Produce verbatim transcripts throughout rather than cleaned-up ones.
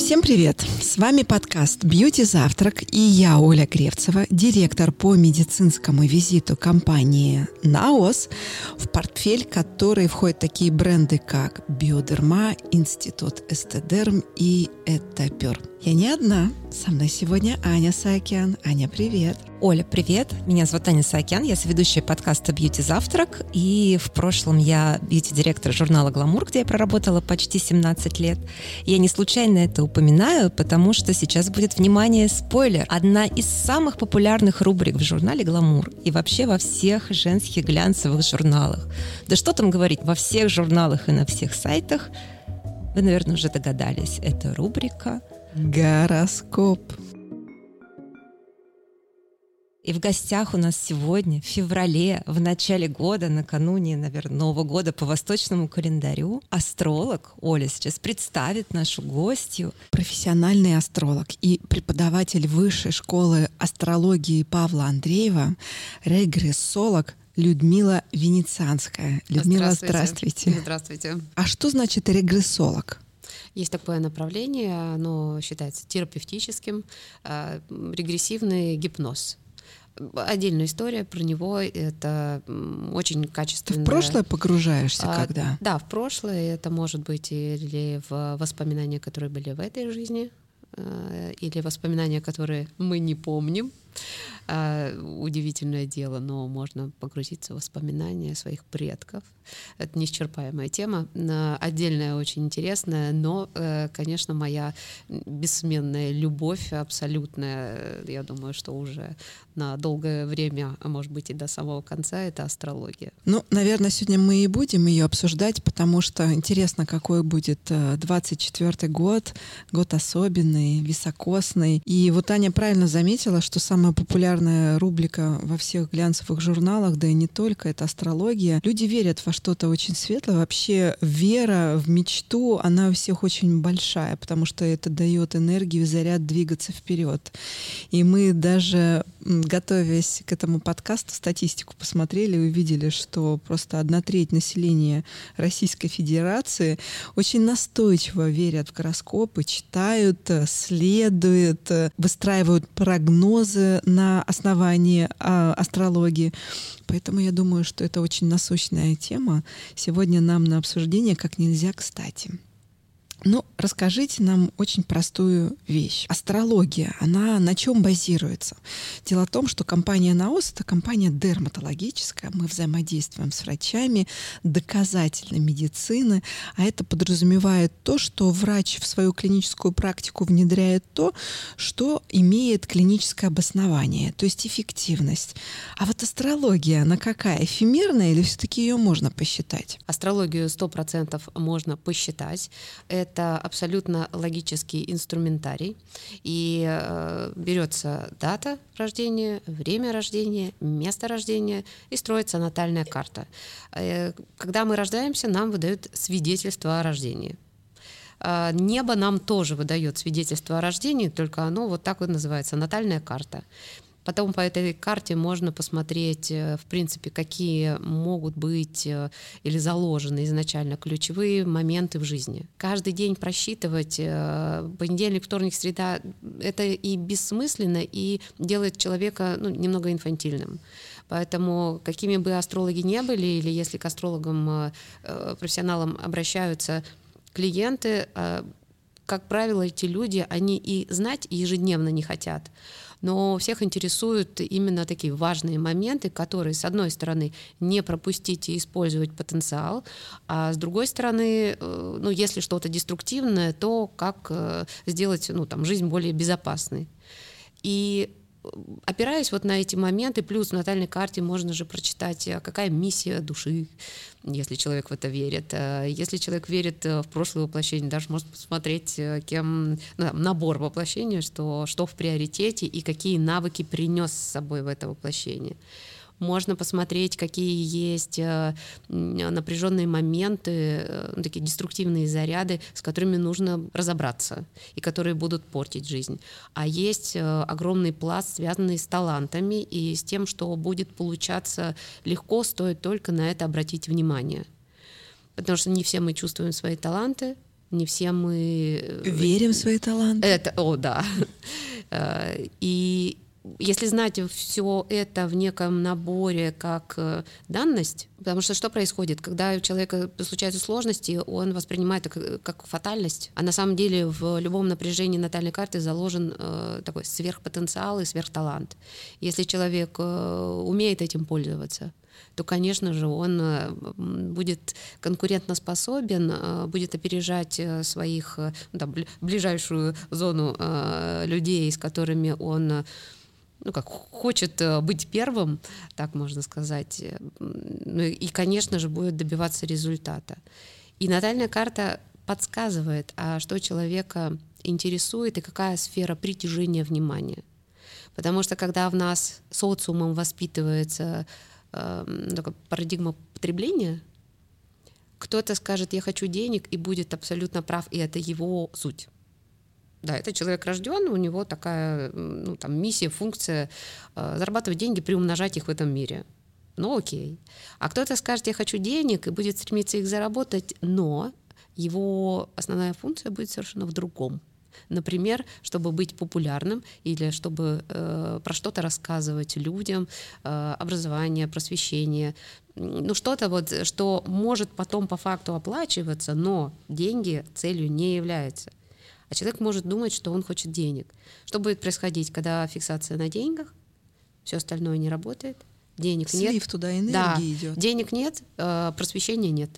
Всем привет! С вами подкаст «Бьюти Завтрак» и я, Оля Кривцева, директор по медицинскому визиту компании «Наос», в портфель которой входят такие бренды, как «Биодерма», «Институт Эстедерм» и «Этапер». Я не одна. Со мной сегодня Аня Саакян. Аня, привет! Оля, привет! Меня зовут Аня Саакян, я соведущая подкаста «Бьюти Завтрак», и в прошлом я бьюти-директор журнала «Гламур», где я проработала почти семнадцать лет. Я не случайно это упоминаю, потому что сейчас будет, внимание, спойлер, одна из самых популярных рубрик в журнале «Гламур» и вообще во всех женских глянцевых журналах. Да что там говорить, во всех журналах и на всех сайтах, вы, наверное, уже догадались, это рубрика «Гороскоп». И в гостях у нас сегодня, в феврале, в начале года, накануне, наверное, Нового года по восточному календарю, астролог Оля сейчас представит нашу гостью. Профессиональный астролог и преподаватель Высшей школы астрологии Павла Андреева, регрессолог Людмила Венецианская. Людмила, здравствуйте. Здравствуйте. Здравствуйте. А что значит регрессолог? Есть такое направление, оно считается терапевтическим, регрессивный гипноз. Отдельная история про него, это очень качественно. Ты в прошлое погружаешься а, когда? Да, в прошлое. Это может быть или в воспоминания, которые были в этой жизни, или воспоминания, которые мы не помним. Удивительное дело, но можно погрузиться в воспоминания своих предков. Это неисчерпаемая тема, отдельная, очень интересная, но, конечно, моя бессменная любовь абсолютная, я думаю, что уже на долгое время, а может быть и до самого конца, это астрология. Ну, наверное, сегодня мы и будем ее обсуждать, потому что интересно, какой будет двадцать четвёртый год, год особенный, високосный. И вот Аня правильно заметила, что самая популярная рубрика во всех глянцевых журналах, да и не только, это астрология. Люди верят во что-то очень светлое. Вообще вера в мечту, она у всех очень большая, потому что это дает энергию, заряд двигаться вперед. И мы даже, готовясь к этому подкасту, статистику посмотрели и увидели, что просто одна треть населения Российской Федерации очень настойчиво верят в гороскопы, читают, следуют, выстраивают прогнозы на основании а, астрологии. Поэтому я думаю, что это очень насущная тема сегодня нам на обсуждение как нельзя кстати. Ну, расскажите нам очень простую вещь. Астрология, она на чем базируется? Дело в том, что компания «Наос» — это компания дерматологическая. Мы взаимодействуем с врачами доказательной медицины, а это подразумевает то, что врач в свою клиническую практику внедряет то, что имеет клиническое обоснование, то есть эффективность. А вот астрология, она какая? Эфемерная или все-таки ее можно посчитать? Астрологию сто процентов можно посчитать. Это абсолютно логический инструментарий, и э, берется дата рождения, время рождения, место рождения, и строится натальная карта. Э, когда мы рождаемся, нам выдают свидетельство о рождении. Э, небо нам тоже выдает свидетельство о рождении, только оно вот так вот называется — натальная карта. Потом по этой карте можно посмотреть, в принципе, какие могут быть или заложены изначально ключевые моменты в жизни. Каждый день просчитывать понедельник, вторник, среда — это и бессмысленно, и делает человека, ну, немного инфантильным. Поэтому какими бы астрологи ни были, или если к астрологам, профессионалам обращаются клиенты, как правило, эти люди, они и знать ежедневно не хотят. Но всех интересуют именно такие важные моменты, которые, с одной стороны, не пропустить и использовать потенциал, а с другой стороны, ну, если что-то деструктивное, то как сделать, ну, там, жизнь более безопасной. И опираясь вот на эти моменты, плюс в натальной карте можно же прочитать, какая миссия души, если человек в это верит. Если человек верит в прошлое воплощение, даже можно посмотреть, кем, ну, набор воплощения, что, что в приоритете и какие навыки принес с собой в это воплощение. Можно посмотреть, какие есть напряженные моменты, такие деструктивные заряды, с которыми нужно разобраться и которые будут портить жизнь. А есть огромный пласт, связанный с талантами и с тем, что будет получаться легко, стоит только на это обратить внимание. Потому что не все мы чувствуем свои таланты, Не все мы... Верим в свои таланты. Это, о, да. И если знать все это в неком наборе как данность, потому что что происходит? Когда у человека случаются сложности, он воспринимает это как, как фатальность, а на самом деле в любом напряжении натальной карты заложен э, такой сверхпотенциал и сверхталант. Если человек э, умеет этим пользоваться, то, конечно же, он будет конкурентоспособен, будет опережать своих, да, ближайшую зону людей, с которыми он, ну, как, хочет быть первым, так можно сказать. Ну, и, конечно же, будет добиваться результата. И натальная карта подсказывает, а что человека интересует и какая сфера притяжения внимания. Потому что когда в нас социумом воспитывается такая парадигма потребления, кто-то скажет «я хочу денег» и будет абсолютно прав, и это его суть. Да, это человек рожден, у него такая, ну, там, миссия, функция э, зарабатывать деньги, приумножать их в этом мире. Ну окей. А кто-то скажет «я хочу денег» и будет стремиться их заработать, но его основная функция будет совершенно в другом. Например, чтобы быть популярным или чтобы э, про что-то рассказывать людям, э, образование, просвещение, ну что-то вот, что может потом по факту оплачиваться, но деньги целью не являются. А человек может думать, что он хочет денег. Что будет происходить, когда фиксация на деньгах, все остальное не работает, денег Слив нет. туда, энергии да, идет. Денег нет, э, просвещения нет.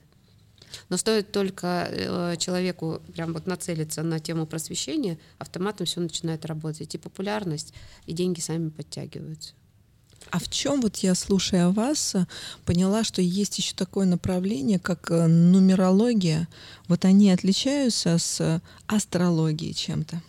Но стоит только э, человеку прям вот нацелиться на тему просвещения, автоматом все начинает работать. И популярность, и деньги сами подтягиваются. А в чем, вот я, слушая вас, поняла, что есть еще такое направление, как нумерология. Вот они отличаются с астрологией чем-то?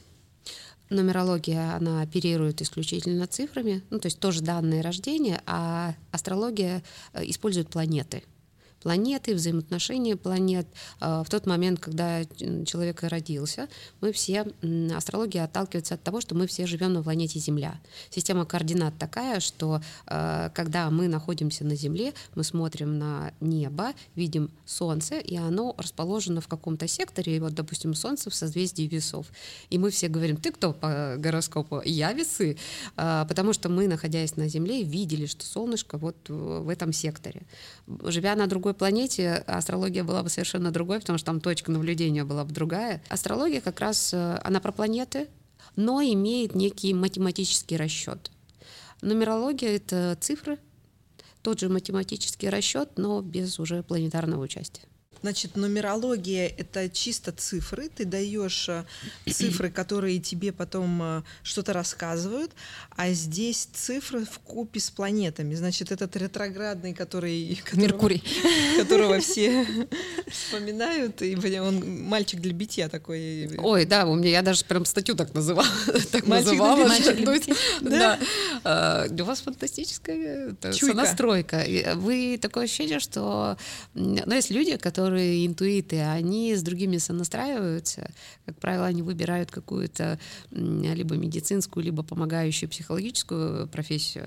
Нумерология, она оперирует исключительно цифрами, ну то есть тоже данные рождения, а астрология использует планеты. Планеты, взаимоотношения планет. В тот момент, когда человек родился, мы все, астрология отталкивается от того, что мы все живем на планете Земля. Система координат такая, что когда мы находимся на Земле, мы смотрим на небо, видим Солнце, и оно расположено в каком-то секторе, и вот, допустим, Солнце в созвездии Весов. И мы все говорим: ты кто по гороскопу? Я Весы. Потому что мы, находясь на Земле, видели, что солнышко вот в этом секторе. Живя на другой планете, астрология была бы совершенно другой, потому что там точка наблюдения была бы другая. Астрология как раз, она про планеты, но имеет некий математический расчет. Нумерология — это цифры, тот же математический расчет, но без уже планетарного участия. Значит, нумерология — это чисто цифры. Ты даешь цифры, которые тебе потом что-то рассказывают, а здесь цифры вкупе с планетами. Значит, этот ретроградный, который... Которого, Меркурий. Которого все вспоминают, и он мальчик для битья такой. Ой, да, у меня я даже прям статью так называла. Так Мальчик называла. для битья. Да. Да. У вас фантастическая сонастройка. Вы такое ощущение, что... Ну, есть люди, которые интуиты, они с другими сонастраиваются. Как правило, они выбирают какую-то либо медицинскую, либо помогающую психологическую профессию,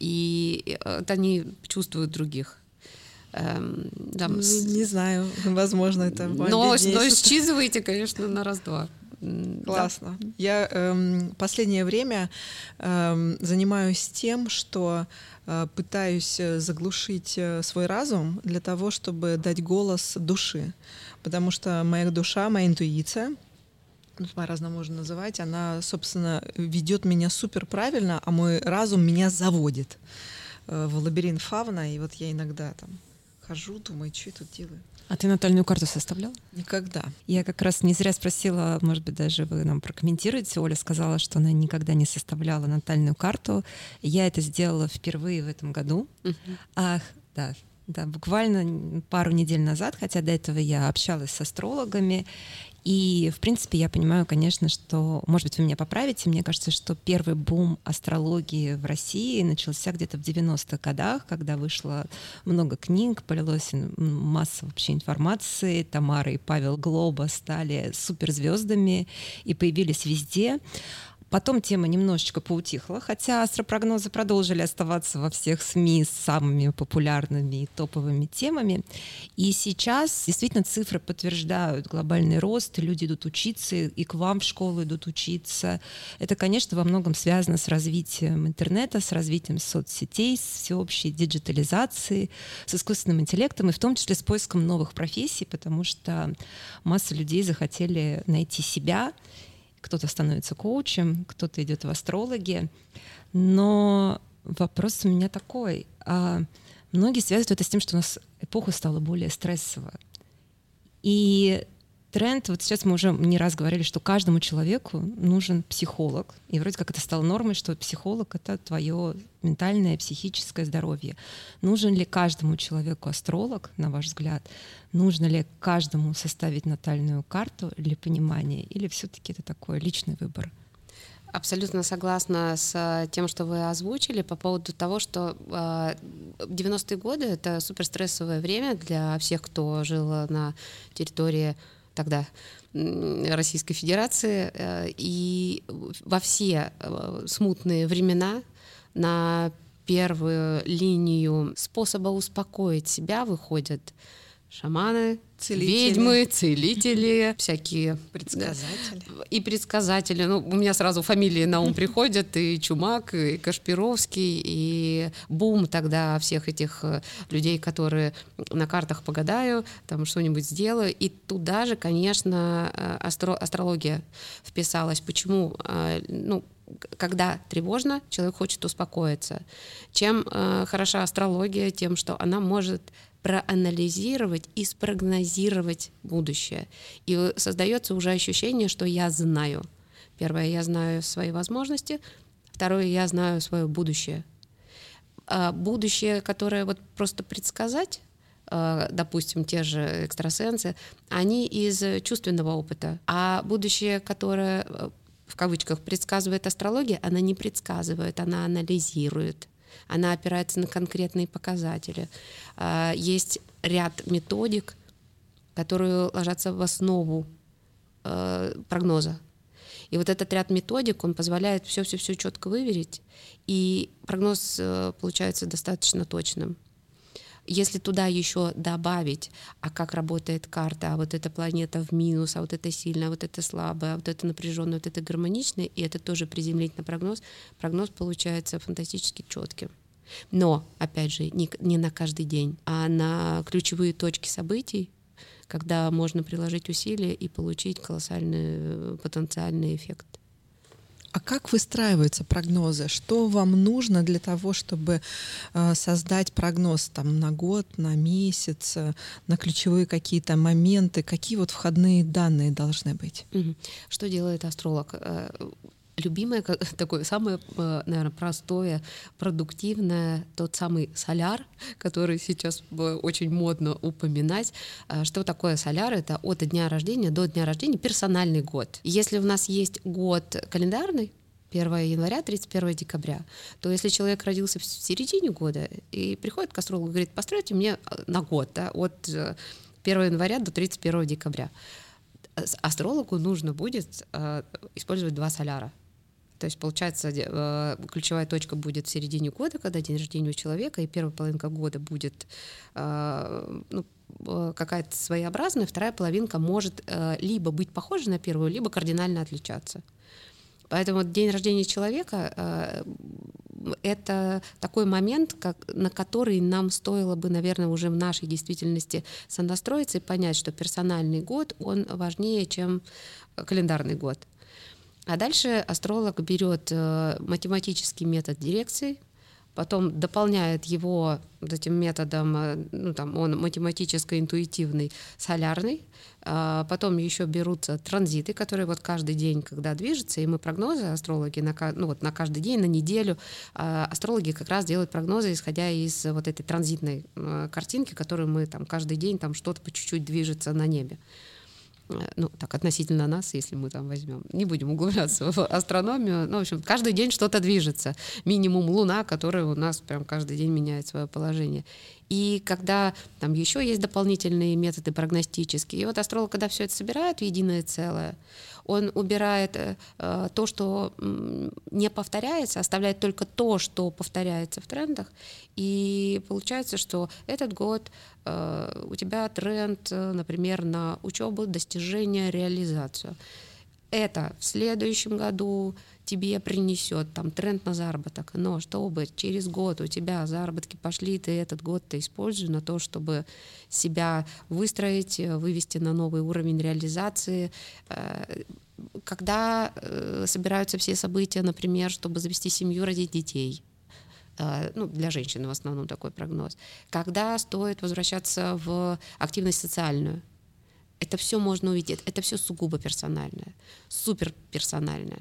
и это они чувствуют других. Эм, там, не, не знаю, возможно, это но, но считываете, конечно, на раз-два. Классно. Да. Я эм, последнее время эм, занимаюсь тем, что э, пытаюсь заглушить свой разум для того, чтобы дать голос души. Потому что моя душа, моя интуиция, по-разному можно называть, она, собственно, ведет меня супер правильно, а мой разум меня заводит э, в лабиринт фавна. И вот я иногда там хожу, думаю, что я тут делаю. А ты натальную карту составлял? Никогда. Я как раз не зря спросила, может быть, даже вы нам прокомментируете. Оля сказала, что она никогда не составляла натальную карту. Я это сделала впервые в этом году. Uh-huh. Ах, да, да, буквально пару недель назад, хотя до этого я общалась с астрологами. И, в принципе, я понимаю, конечно, что, может быть, вы меня поправите, мне кажется, что первый бум астрологии в России начался где-то в девяностых годах, когда вышло много книг, полилось масса вообще информации, Тамара и Павел Глоба стали суперзвездами и появились везде. Потом тема немножечко поутихла, хотя астропрогнозы продолжили оставаться во всех СМИ с самыми популярными и топовыми темами. И сейчас действительно цифры подтверждают глобальный рост, люди идут учиться, и к вам в школу идут учиться. Это, конечно, во многом связано с развитием интернета, с развитием соцсетей, с всеобщей диджитализацией, с искусственным интеллектом, и в том числе с поиском новых профессий, потому что масса людей захотели найти себя. Кто-то становится коучем, кто-то идет в астрологи. Но вопрос у меня такой. А многие связывают это с тем, что у нас эпоха стала более стрессовая. И тренд, вот сейчас мы уже не раз говорили, что каждому человеку нужен психолог. И вроде как это стало нормой, что психолог — это твое ментальное, психическое здоровье. Нужен ли каждому человеку астролог, на ваш взгляд? Нужно ли каждому составить натальную карту для понимания? Или все-таки это такой личный выбор? Абсолютно согласна с тем, что вы озвучили по поводу того, что девяностые годы — это суперстрессовое время для всех, кто жил на территории тогда Российской Федерации, и во все смутные времена на первую линию способа успокоить себя выходят шаманы, целители. Ведьмы, целители, всякие предсказатели. И предсказатели. Ну, у меня сразу фамилии на ум приходят: и Чумак, и Кашпировский, и бум тогда всех этих людей, которые на картах погадаю, там что-нибудь сделаю. И туда же, конечно, астро- астрология вписалась. Почему? Ну, когда тревожно, человек хочет успокоиться. Чем э, хороша астрология? Тем, что она может проанализировать и спрогнозировать будущее. И создается уже ощущение, что я знаю. Первое, я знаю свои возможности. Второе, я знаю свое будущее. А будущее, которое вот просто предсказать, допустим, те же экстрасенсы, они из чувственного опыта. А будущее, которое, в кавычках, предсказывает астрология, она не предсказывает, она анализирует. Она опирается на конкретные показатели. Есть ряд методик, которые ложатся в основу прогноза. И вот этот ряд методик, он позволяет все-все-все четко выверить, и прогноз получается достаточно точным. Если туда еще добавить, а как работает карта, а вот эта планета в минус, а вот это сильная, а вот это слабая, а вот это напряженная, вот это гармоничная, и это тоже приземлить на прогноз, прогноз получается фантастически четким. Но, опять же, не, не на каждый день, а на ключевые точки событий, когда можно приложить усилия и получить колоссальный потенциальный эффект. А как выстраиваются прогнозы? Что вам нужно для того, чтобы э, создать прогноз там, на год, на месяц, э, на ключевые какие-то моменты? Какие вот входные данные должны быть? Угу. Что делает астролог? Любимое, такое самое, наверное, простое, продуктивное, тот самый соляр, который сейчас очень модно упоминать. Что такое соляр? Это от дня рождения до дня рождения персональный год. Если у нас есть год календарный, первого января, тридцать первого декабря, то если человек родился в середине года и приходит к астрологу и говорит: постройте мне на год, да, от первого января до тридцать первого декабря, астрологу нужно будет использовать два соляра. То есть, получается, ключевая точка будет в середине года, когда день рождения у человека, и первая половинка года будет ну, какая-то своеобразная, вторая половинка может либо быть похожа на первую, либо кардинально отличаться. Поэтому день рождения человека — это такой момент, как, на который нам стоило бы, наверное, уже в нашей действительности сонастроиться и понять, что персональный год, он важнее, чем календарный год. А дальше астролог берет математический метод дирекции, потом дополняет его вот этим методом, ну, там, он математическо-интуитивный, солярный, потом еще берутся транзиты, которые вот каждый день, когда движется, и мы прогнозы, астрологи, на, ну, вот на каждый день, на неделю, астрологи как раз делают прогнозы, исходя из вот этой транзитной картинки, которую мы там каждый день, там что-то по чуть-чуть движется на небе. ну, так, относительно нас, если мы там возьмем, не будем углубляться в астрономию, ну, в общем, каждый день что-то движется. Минимум Луна, которая у нас прям каждый день меняет свое положение. И когда там еще есть дополнительные методы прогностические, и вот астролог, когда все это собирает в единое целое, он убирает э, то, что м, не повторяется, оставляет только то, что повторяется в трендах, и получается, что этот год э, у тебя тренд, например, на учебу, достижение, реализацию. Это в следующем году тебе принесет там тренд на заработок. Но чтобы через год у тебя заработки пошли, ты этот год ты используй на то, чтобы себя выстроить, вывести на новый уровень реализации. Когда собираются все события, например, чтобы завести семью, родить детей, ну, для женщин в основном такой прогноз. Когда стоит возвращаться в активность социальную. Это все можно увидеть, это все сугубо персональное, суперперсональное.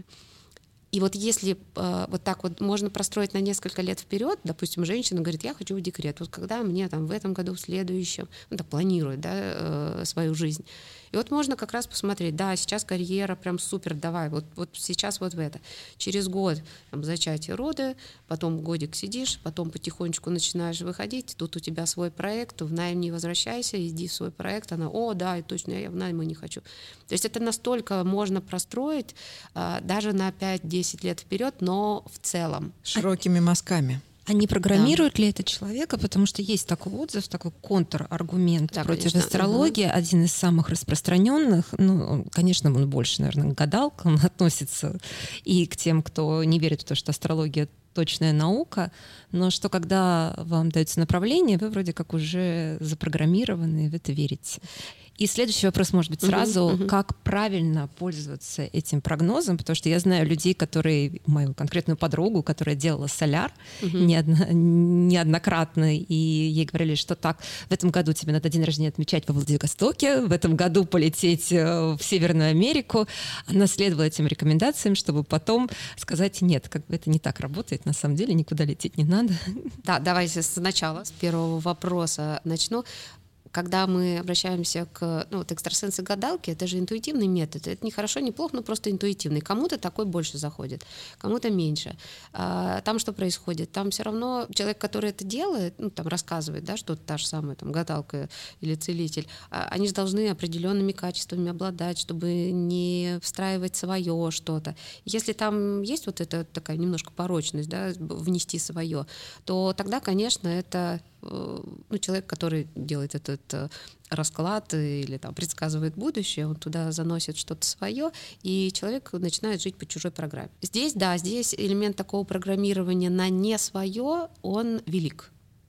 И вот если э, вот так вот можно простроить на несколько лет вперед, допустим, женщина говорит, я хочу в декрет, вот когда мне там в этом году, в следующем, ну, так планирует, да, э, свою жизнь. И вот можно как раз посмотреть, да, сейчас карьера прям супер, давай, вот, вот сейчас вот в это. Через год там, зачатие, роды, потом годик сидишь, потом потихонечку начинаешь выходить, тут у тебя свой проект, в найм не возвращайся, иди в свой проект, она, о, да, и точно, я в найм не хочу. То есть это настолько можно простроить а, даже на пять-десять лет вперед, но в целом. Широкими мазками. А не программирует да. ли это человека? Потому что есть такой отзыв, такой контраргумент да, против конечно. Астрологии, угу. один из самых распространенных. Ну, конечно, он больше, наверное, к гадалкам относится и к тем, кто не верит в то, что астрология точная наука, но что когда вам дается направление, вы вроде как уже запрограммированы, в это верите. И следующий вопрос может быть сразу, uh-huh, uh-huh. как правильно пользоваться этим прогнозом, потому что я знаю людей, которые, мою конкретную подругу, которая делала соляр uh-huh. неодно, неоднократно, и ей говорили, что так, в этом году тебе надо день рождения отмечать во Владивостоке, в этом году полететь в Северную Америку. Она следовала этим рекомендациям, чтобы потом сказать, нет, как бы это не так работает, на самом деле никуда лететь не надо. Да, давайте сначала, с первого вопроса начну. Когда мы обращаемся к ну, вот экстрасенсы гадалки, это же интуитивный метод. Это не хорошо, не плохо, но просто интуитивный. Кому-то такой больше заходит, кому-то меньше. А, там что происходит? Там все равно человек, который это делает, ну, там рассказывает, да, что та же самая там, гадалка или целитель, а, они же должны определенными качествами обладать, чтобы не встраивать свое что-то. Если там есть вот эта такая немножко порочность, да, внести свое, то тогда, конечно, это ну, человек, который делает этот расклад или там, предсказывает будущее, он туда заносит что-то свое, и человек начинает жить по чужой программе. Здесь, да, здесь элемент такого программирования на не свое, он велик.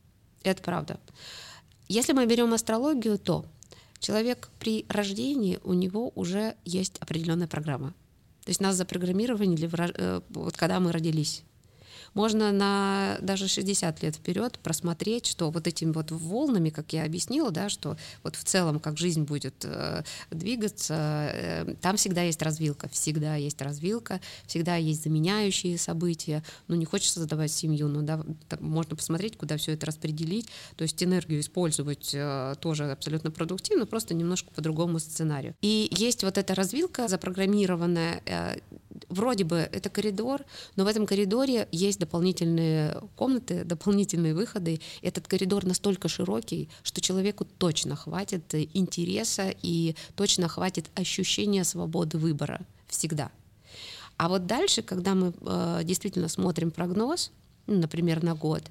Это правда. Если мы берем астрологию, то человек при рождении, у него уже есть определенная программа. То есть нас запрограммировали, вот когда мы родились. Можно на даже шестьдесят лет вперед просмотреть, что вот этими вот волнами, как я объяснила, да, что вот в целом, как жизнь будет э, двигаться, э, там всегда есть развилка, всегда есть развилка, всегда есть заменяющие события. Ну, не хочется создавать семью, но да, можно посмотреть, куда все это распределить, то есть энергию использовать э, тоже абсолютно продуктивно, просто немножко по другому сценарию. И есть вот эта развилка запрограммированная, э, вроде бы это коридор, но в этом коридоре есть дополнительные комнаты, дополнительные выходы. Этот коридор настолько широкий, что человеку точно хватит интереса и точно хватит ощущения свободы выбора всегда. А вот дальше, когда мы э, действительно смотрим прогноз, ну, например, на год,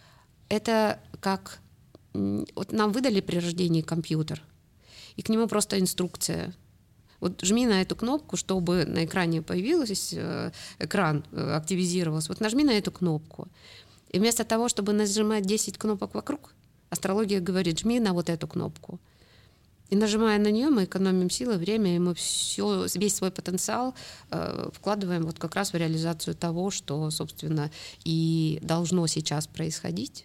это как вот нам выдали при рождении компьютер, и к нему просто инструкция. Вот жми на эту кнопку, чтобы на экране появился, экран активизировался. Вот нажми на эту кнопку. И вместо того, чтобы нажимать десять кнопок вокруг, астрология говорит, жми на вот эту кнопку. И нажимая на нее, мы экономим силы, время, и мы все, весь свой потенциал э, вкладываем вот как раз в реализацию того, что, собственно, и должно сейчас происходить.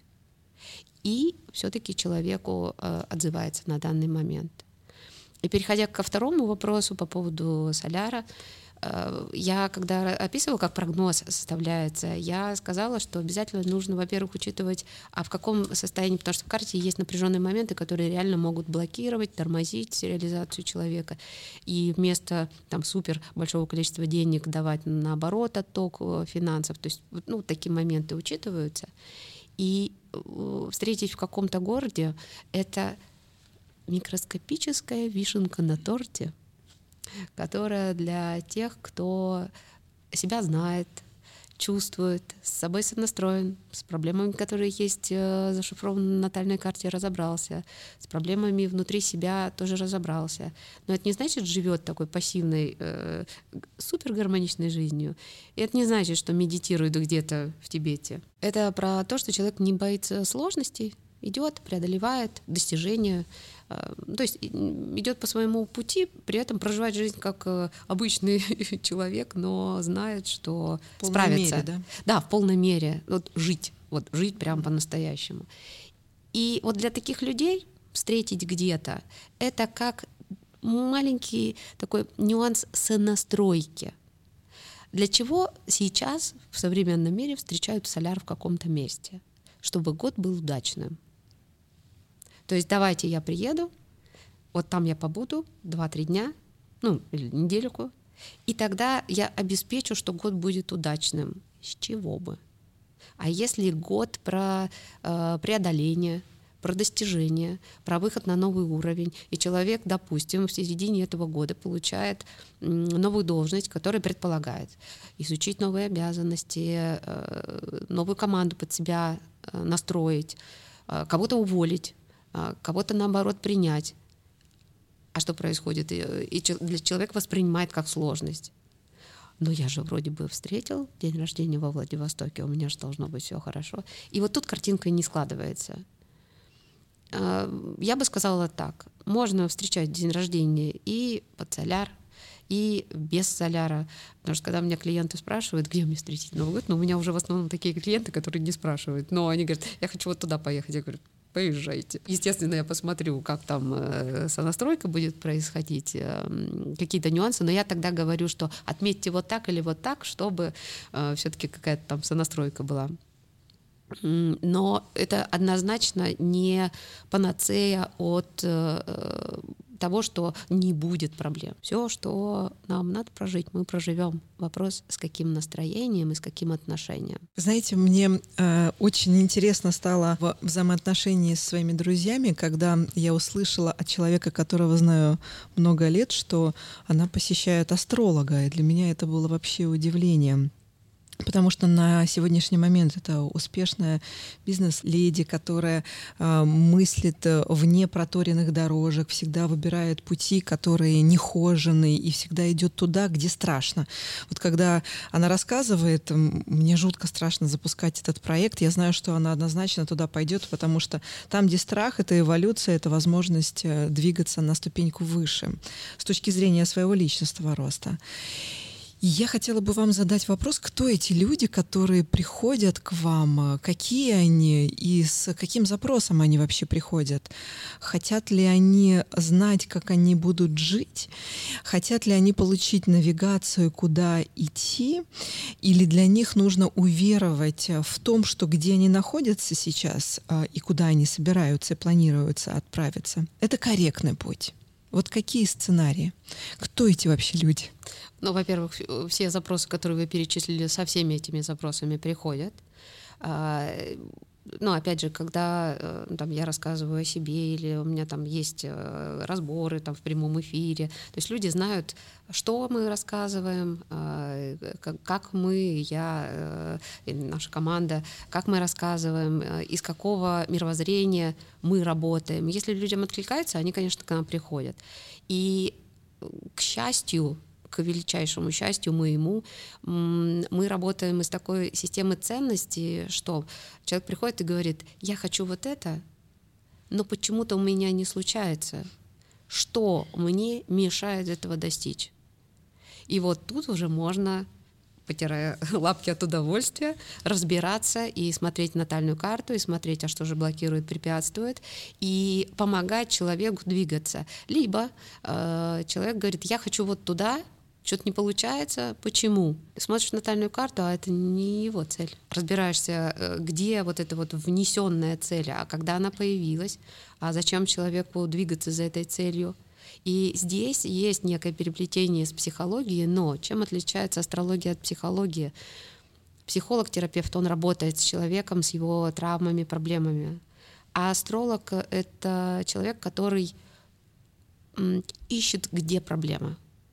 И все-таки человеку э, отзывается на данный момент. И переходя ко второму вопросу по поводу соляра, Я, когда описывала, как прогноз составляется, я сказала, что обязательно нужно, во-первых, учитывать, а в каком состоянии, потому что в карте есть напряженные моменты, которые реально могут блокировать, тормозить реализацию человека. И вместо там супер большого количества денег давать, наоборот, отток финансов. То есть ну, такие моменты учитываются. И встретить в каком-то городе — это микроскопическая вишенка на торте, которая для тех, кто себя знает, чувствует, с собой сонастроен, с проблемами, которые есть зашифрованы на натальной карте, разобрался, с проблемами внутри себя тоже разобрался. Но это не значит, живет такой пассивной, э, супергармоничной жизнью. И это не значит, что медитирует где-то в Тибете. Это про то, что человек не боится сложностей, идет, преодолевает достижения, то есть идет по своему пути, при этом проживает жизнь как обычный человек, но знает, что в полной справится. Мере, да? Да, в полной мере. Вот жить, вот жить прям по-настоящему. И вот для таких людей встретить где-то — это как маленький такой нюанс сонастройки. Для чего сейчас в современном мире встречают соляр в каком-то месте? Чтобы год был удачным. То есть давайте я приеду, вот там я побуду два-три дня, ну, или недельку, и тогда я обеспечу, что год будет удачным. С чего бы? А если год про э, преодоление, про достижение, про выход на новый уровень, и человек, допустим, в середине этого года получает м, новую должность, которая предполагает изучить новые обязанности, э, новую команду под себя э, настроить, э, кого-то уволить, кого-то, наоборот, принять. А что происходит? И для человека воспринимает как сложность. Но я же вроде бы встретил день рождения во Владивостоке, у меня же должно быть все хорошо. И вот тут картинка не складывается. Я бы сказала так. Можно встречать день рождения и под соляр, и без соляра. Потому что когда меня клиенты спрашивают, где мне встретить Новый год, ну, у меня уже в основном такие клиенты, которые не спрашивают. Но они говорят, я хочу вот туда поехать. Я говорю, поезжайте. Естественно, я посмотрю, как там э, сонастройка будет происходить, э, какие-то нюансы, но я тогда говорю, что отметьте вот так или вот так, чтобы э, все-таки какая-то там сонастройка была. Но это однозначно не панацея от э, того, что не будет проблем. Все, что нам надо прожить, мы проживем. Вопрос, с каким настроением и с каким отношением. Знаете, мне э, очень интересно стало в взаимоотношении с своими друзьями, когда я услышала от человека, которого знаю много лет, что она посещает астролога. И для меня это было вообще удивлением. Потому что на сегодняшний момент это успешная бизнес-леди, которая э, мыслит вне проторенных дорожек, всегда выбирает пути, которые нехожены, и всегда идет туда, где страшно. Вот когда она рассказывает, мне жутко страшно запускать этот проект, я знаю, что она однозначно туда пойдет, потому что там, где страх, это эволюция, это возможность двигаться на ступеньку выше с точки зрения своего личностного роста. И я хотела бы вам задать вопрос, кто эти люди, которые приходят к вам, какие они и с каким запросом они вообще приходят? Хотят ли они знать, как они будут жить? Хотят ли они получить навигацию, куда идти? Или для них нужно уверовать в том, что где они находятся сейчас и куда они собираются и планируются отправиться? Это корректный путь. Вот какие сценарии? Кто эти вообще люди? Ну, во-первых, все запросы, которые вы перечислили, со всеми этими запросами приходят. Ну, опять же, когда там, я рассказываю о себе или у меня там есть разборы там, в прямом эфире, то есть люди знают, что мы рассказываем, как мы, я, наша команда, как мы рассказываем, из какого мировоззрения мы работаем. Если людям откликается, они, конечно, к нам приходят. И, к счастью, к величайшему счастью моему, мы работаем из такой системы ценностей, что человек приходит и говорит, я хочу вот это, но почему-то у меня не случается. Что мне мешает этого достичь? И вот тут уже можно, потирая лапки от удовольствия, разбираться и смотреть натальную карту, и смотреть, а что же блокирует, препятствует, и помогать человеку двигаться. Либо э, человек говорит, я хочу вот туда, что-то не получается, почему? Смотришь натальную карту, а это не его цель. Разбираешься, где вот эта вот внесенная цель, а когда она появилась, а зачем человеку двигаться за этой целью. И здесь есть некое переплетение с психологией, но чем отличается астрология от психологии? Психолог-терапевт, он работает с человеком, с его травмами, проблемами. А астролог — это человек, который ищет, где проблема.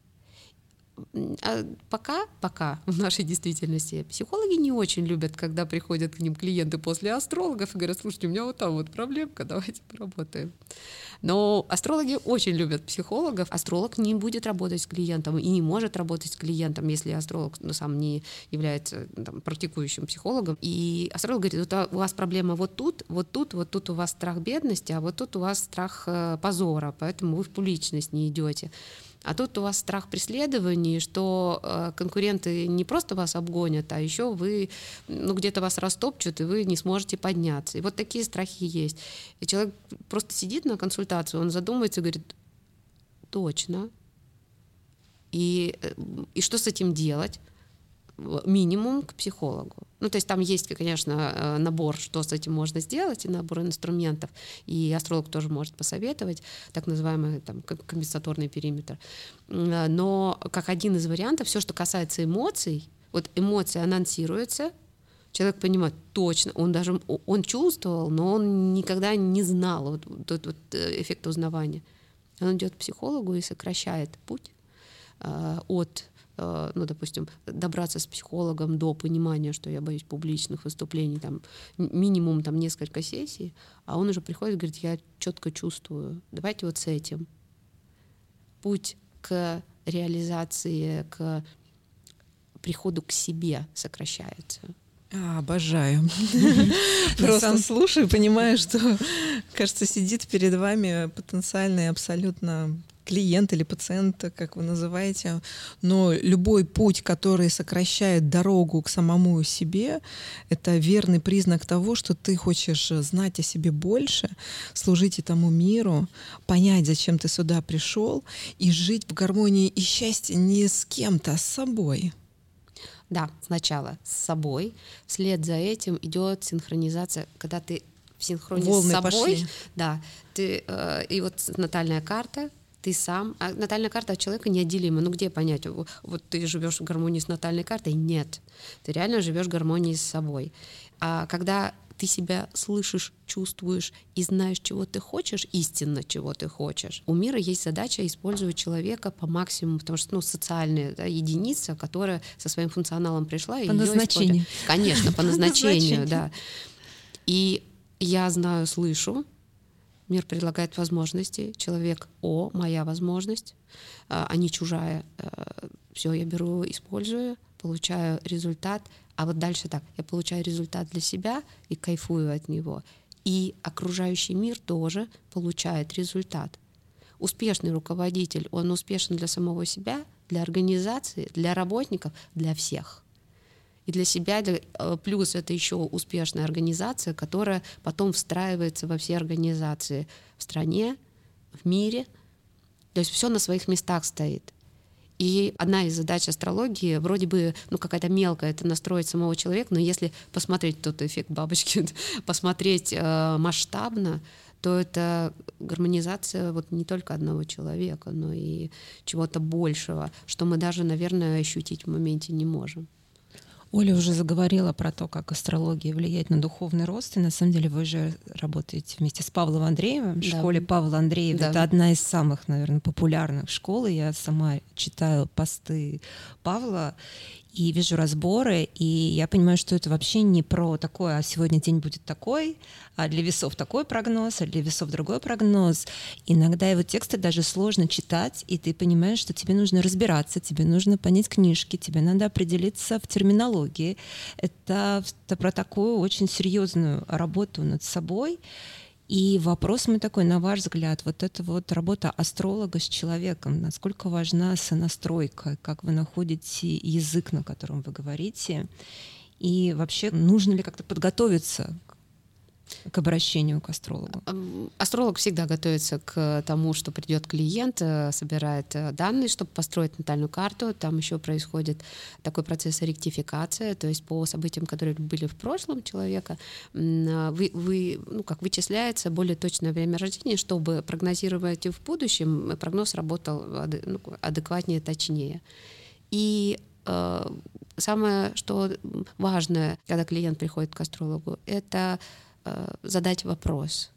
А пока, пока в нашей действительности психологи не очень любят, когда приходят к ним клиенты после астрологов и говорят: слушайте, у меня вот там вот проблемка, давайте поработаем. Но астрологи очень любят психологов. Астролог не будет работать с клиентом и не может работать с клиентом, если астролог ну, сам не является там, практикующим психологом. И астролог говорит: вот у вас проблема вот тут, вот тут, вот тут у вас страх бедности, а вот тут у вас страх э, позора, поэтому вы в публичность не идете. А тут у вас страх преследований, что э, конкуренты не просто вас обгонят, а еще вы, ну, где-то вас растопчут, и вы не сможете подняться. И вот такие страхи есть. И человек просто сидит на консультацию, он задумывается и говорит: точно. И, и что с этим делать? Минимум к психологу. Ну, то есть там есть, конечно, набор, что с этим можно сделать, и набор инструментов, и астролог тоже может посоветовать, так называемый там, компенсаторный периметр. Но как один из вариантов, все, что касается эмоций, вот эмоция анонсируется, человек понимает точно, он даже он чувствовал, но он никогда не знал вот, вот, вот эффекта узнавания. Он идет к психологу и сокращает путь э, от ну, допустим, добраться с психологом до понимания, что я боюсь публичных выступлений, там, минимум там, несколько сессий, а он уже приходит и говорит: я четко чувствую, давайте вот с этим. Путь к реализации, к приходу к себе сокращается. А, обожаю. Просто слушаю, понимаю, что, кажется, сидит перед вами потенциальный абсолютно клиент или пациент, как вы называете, но любой путь, который сокращает дорогу к самому себе, это верный признак того, что ты хочешь знать о себе больше, служить этому миру, понять, зачем ты сюда пришел, и жить в гармонии и счастье не с кем-то, а с собой. Да, сначала с собой, вслед за этим идет синхронизация, когда ты в синхроне Волны с собой. Пошли. Да, ты, э, и вот натальная карта, ты сам, а натальная карта от человека неотделима. Ну где понять, вот ты живешь в гармонии с натальной картой? Нет, ты реально живешь в гармонии с собой. А когда ты себя слышишь, чувствуешь и знаешь, чего ты хочешь, истинно чего ты хочешь, у мира есть задача использовать человека по максимуму, потому что ну, социальная да, единица, которая со своим функционалом пришла. По назначению. Использует. Конечно, по назначению, да. И я знаю, слышу, мир предлагает возможности, человек: о, моя возможность, а не чужая. Все, я беру, использую, получаю результат. А вот дальше так, я получаю результат для себя и кайфую от него. И окружающий мир тоже получает результат. Успешный руководитель, он успешен для самого себя, для организации, для работников, для всех. И для себя, для, плюс это еще успешная организация, которая потом встраивается во все организации в стране, в мире. То есть все на своих местах стоит. И одна из задач астрологии, вроде бы, ну, какая-то мелкая, это настроить самого человека, но если посмотреть тот эффект бабочки, посмотреть э, масштабно, то это гармонизация вот не только одного человека, но и чего-то большего, что мы даже, наверное, ощутить в моменте не можем. Оля уже заговорила про то, как астрология влияет на духовный рост, и на самом деле вы же работаете вместе с Павлом Андреевым в да. школе Павла Андреева. Да. Это одна из самых, наверное, популярных школ, и я сама читаю посты Павла и вижу разборы, и я понимаю, что это вообще не про такое: а сегодня день будет такой, а для весов такой прогноз, а для весов другой прогноз. Иногда его тексты даже сложно читать, и ты понимаешь, что тебе нужно разбираться, тебе нужно понять книжки, тебе надо определиться в терминологии. Это, это про такую очень серьезную работу над собой. И вопрос мой такой: на ваш взгляд, вот эта вот работа астролога с человеком, насколько важна сонастройка, как вы находите язык, на котором вы говорите, и вообще нужно ли как-то подготовиться к обращению к астрологу? Астролог всегда готовится к тому, что придет клиент, собирает данные, чтобы построить натальную карту. Там еще происходит такой процесс ректификации, то есть по событиям, которые были в прошлом человека, вы, вы, ну, как вычисляется более точное время рождения, чтобы прогнозировать в будущем, прогноз работал ну, адекватнее, точнее. И э, самое, что важное, когда клиент приходит к астрологу, это задать вопрос,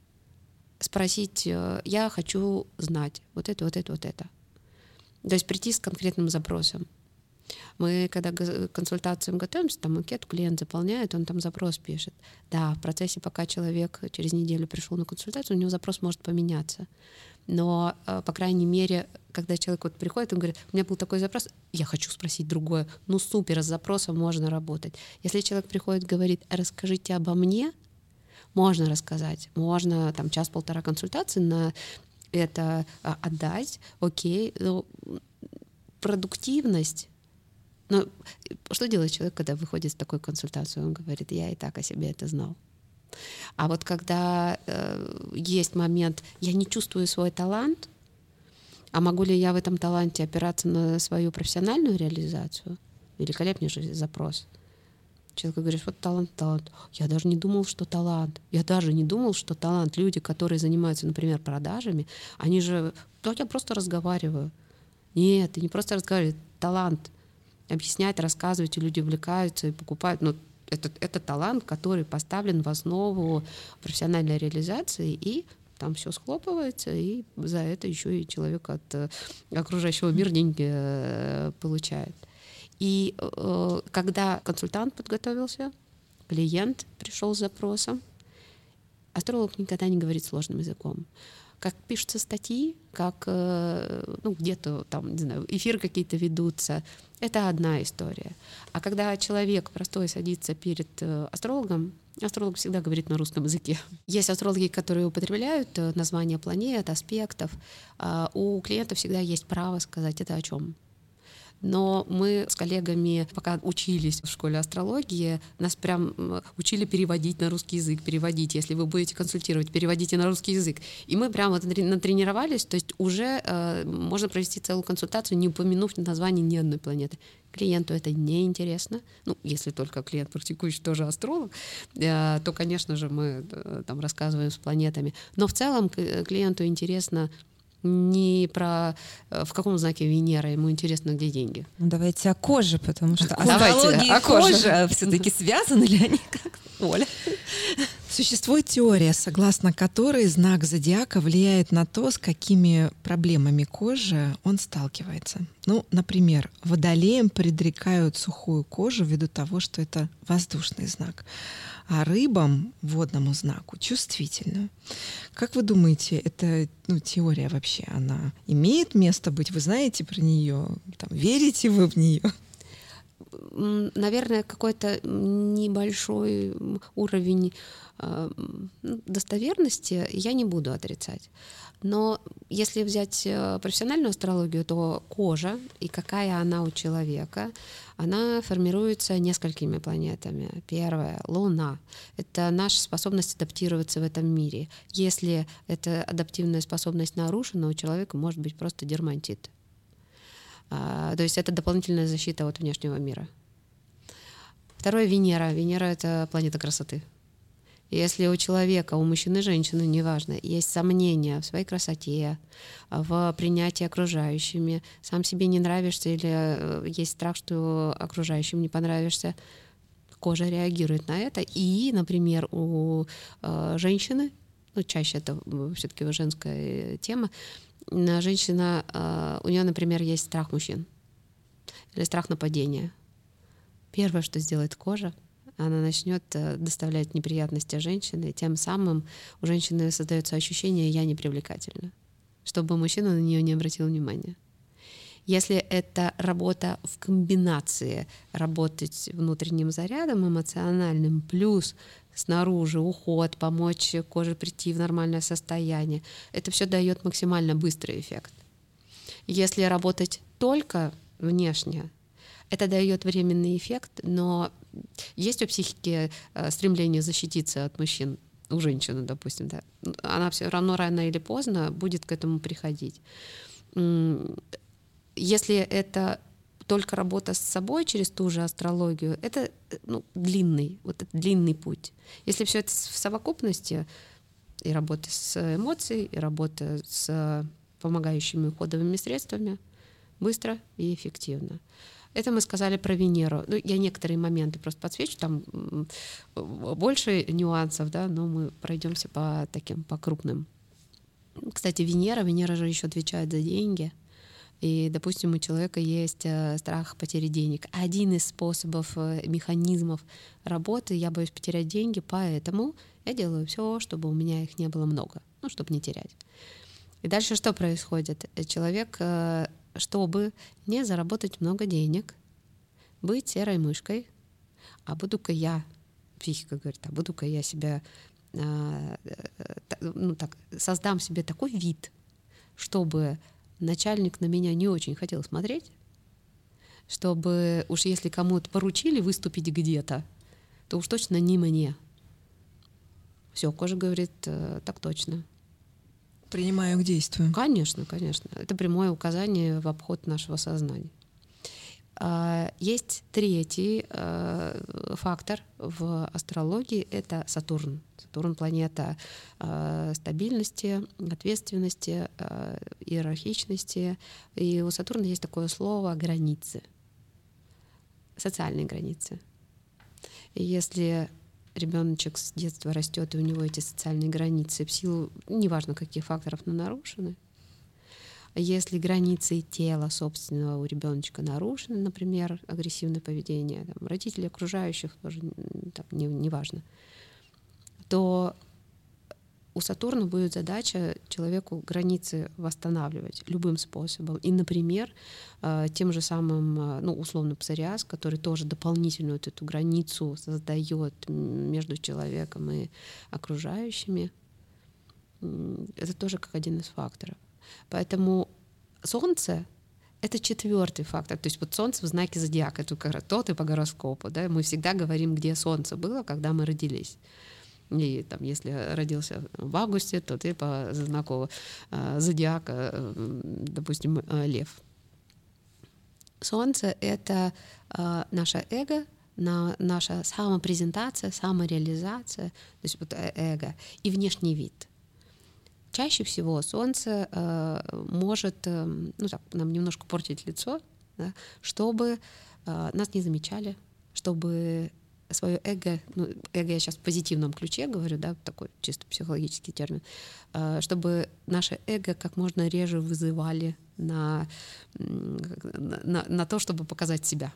спросить, я хочу знать вот это, вот это, вот это. То есть прийти с конкретным запросом. Мы, когда к консультациям готовимся, там анкету клиент заполняет, он там запрос пишет. Да, в процессе, пока человек через неделю пришел на консультацию, у него запрос может поменяться. Но, по крайней мере, когда человек вот приходит, он говорит, у меня был такой запрос, я хочу спросить другое. Ну супер, с запросом можно работать. Если человек приходит и говорит, расскажите обо мне, можно рассказать, можно там час-полтора консультации на это отдать, окей, но продуктивность, ну, что делает человек, когда выходит с такой консультацией, он говорит, я и так о себе это знал. А вот когда э, есть момент, я не чувствую свой талант, а могу ли я в этом таланте опираться на свою профессиональную реализацию? Великолепнейший запрос. Человек говорит, вот талант, талант. Я даже не думал, что талант. Я даже не думал, что талант. Люди, которые занимаются, например, продажами, они же, ну, я просто разговариваю. Нет, ты не просто разговариваешь, талант. Объяснять, рассказывать, и люди увлекаются и покупают. Но это, это талант, который поставлен в основу профессиональной реализации, и там все схлопывается, и за это еще и человек от окружающего мира деньги получает. И э, когда консультант подготовился, клиент пришел с запросом, астролог никогда не говорит сложным языком. Как пишутся статьи, как э, ну, где-то там, не знаю, эфиры какие-то ведутся, это одна история. А когда человек простой садится перед э, астрологом, астролог всегда говорит на русском языке. Есть астрологи, которые употребляют названия планет, аспектов, а у клиента всегда есть право сказать, это о чем. Но мы с коллегами, пока учились в школе астрологии, нас прям учили переводить на русский язык, переводить. Если вы будете консультировать, переводите на русский язык. И мы прям вот натренировались, то есть уже э, можно провести целую консультацию, не упомянув название ни одной планеты. Клиенту это неинтересно. Ну, если только клиент практикующий тоже астролог, э, то, конечно же, мы э, там рассказываем с планетами. Но в целом клиенту интересно не про в каком знаке Венера, ему интересно, где деньги. Ну, давайте о коже, потому что астрология и кожа все-таки связаны ли они как? Оля? Существует теория, согласно которой знак зодиака влияет на то, с какими проблемами кожи он сталкивается. Ну, например, водолеям предрекают сухую кожу ввиду того, что это воздушный знак, а рыбам, водному знаку, чувствительную. Как вы думаете, эта ну, теория вообще, она имеет место быть? Вы знаете про нее? Там, верите вы в нее? Наверное, какой-то небольшой уровень э, достоверности я не буду отрицать. Но если взять профессиональную астрологию, то кожа и какая она у человека, она формируется несколькими планетами. Первая — Луна. Это наша способность адаптироваться в этом мире. Если эта адаптивная способность нарушена, у человека может быть просто дерматит. То есть это дополнительная защита от внешнего мира. Второе — Венера. Венера — это планета красоты. Если у человека, у мужчины, женщины, неважно, есть сомнения в своей красоте, в принятии окружающими, сам себе не нравишься или есть страх, что окружающим не понравишься, кожа реагирует на это. И, например, у женщины, ну, чаще это все-таки женская тема, женщина, у нее, например, есть страх мужчин или страх нападения. Первое, что сделает кожа, она начнет доставлять неприятности женщине, и тем самым у женщины создается ощущение «я непривлекательна», чтобы мужчина на нее не обратил внимания. Если это работа в комбинации, работать внутренним зарядом эмоциональным, плюс снаружи уход, помочь коже прийти в нормальное состояние, это все дает максимально быстрый эффект. Если работать только внешне, это дает временный эффект, но есть у психики стремление защититься от мужчин. у женщины, допустим, да, она все равно рано или поздно будет к этому приходить. Если это только работа с собой через ту же астрологию, это ну, длинный, вот это длинный путь. Если все это в совокупности, и работа с эмоцией, и работа с помогающими уходовыми средствами, быстро и эффективно. Это мы сказали про Венеру. Ну, я некоторые моменты просто подсвечу, там больше нюансов, да, но мы пройдемся по таким, по крупным. Кстати, Венера, Венера же еще отвечает за деньги. И, допустим, у человека есть страх потери денег. Один из способов, механизмов работы — я боюсь потерять деньги, поэтому я делаю все, чтобы у меня их не было много, ну, чтобы не терять. И дальше что происходит? Человек, чтобы не заработать много денег, быть серой мышкой, а буду-ка я, психика говорит, а буду-ка я себя, ну, так, создам себе такой вид, чтобы начальник на меня не очень хотел смотреть, чтобы уж если кому-то поручили выступить где-то, то уж точно не мне. Все, кожа говорит, так точно. Принимаю к действию. Конечно, конечно. Это прямое указание в обход нашего сознания. Есть третий фактор в астрологии — это Сатурн. Сатурн — планета стабильности, ответственности, иерархичности. И у Сатурна есть такое слово «границы», социальные границы. И если ребеночек с детства растет, и у него эти социальные границы в силу, неважно каких факторов, но нарушены, если границы тела собственного у ребеночка нарушены, например, агрессивное поведение, там, родителей окружающих тоже там, не, не важно, то у Сатурна будет задача человеку границы восстанавливать любым способом. И, например, тем же самым, ну, условно, псориаз, который тоже дополнительную вот эту границу создает между человеком и окружающими, это тоже как один из факторов. Поэтому Солнце — это четвертый фактор. То есть вот Солнце в знаке зодиака, это как раз тот и по гороскопу. Да? Мы всегда говорим, где Солнце было, когда мы родились. И там, если родился в августе, то ты по знаку э, зодиака, э, допустим, э, Лев. Солнце — это э, наше эго, на, наша самопрезентация, самореализация, то есть вот эго и внешний вид. Чаще всего Солнце э, может э, ну, так, нам немножко портить лицо, да, чтобы э, нас не замечали, чтобы свое эго, ну, эго я сейчас в позитивном ключе говорю, да, такой чисто психологический термин, э, чтобы наше эго как можно реже вызывали на, на, на то, чтобы показать себя.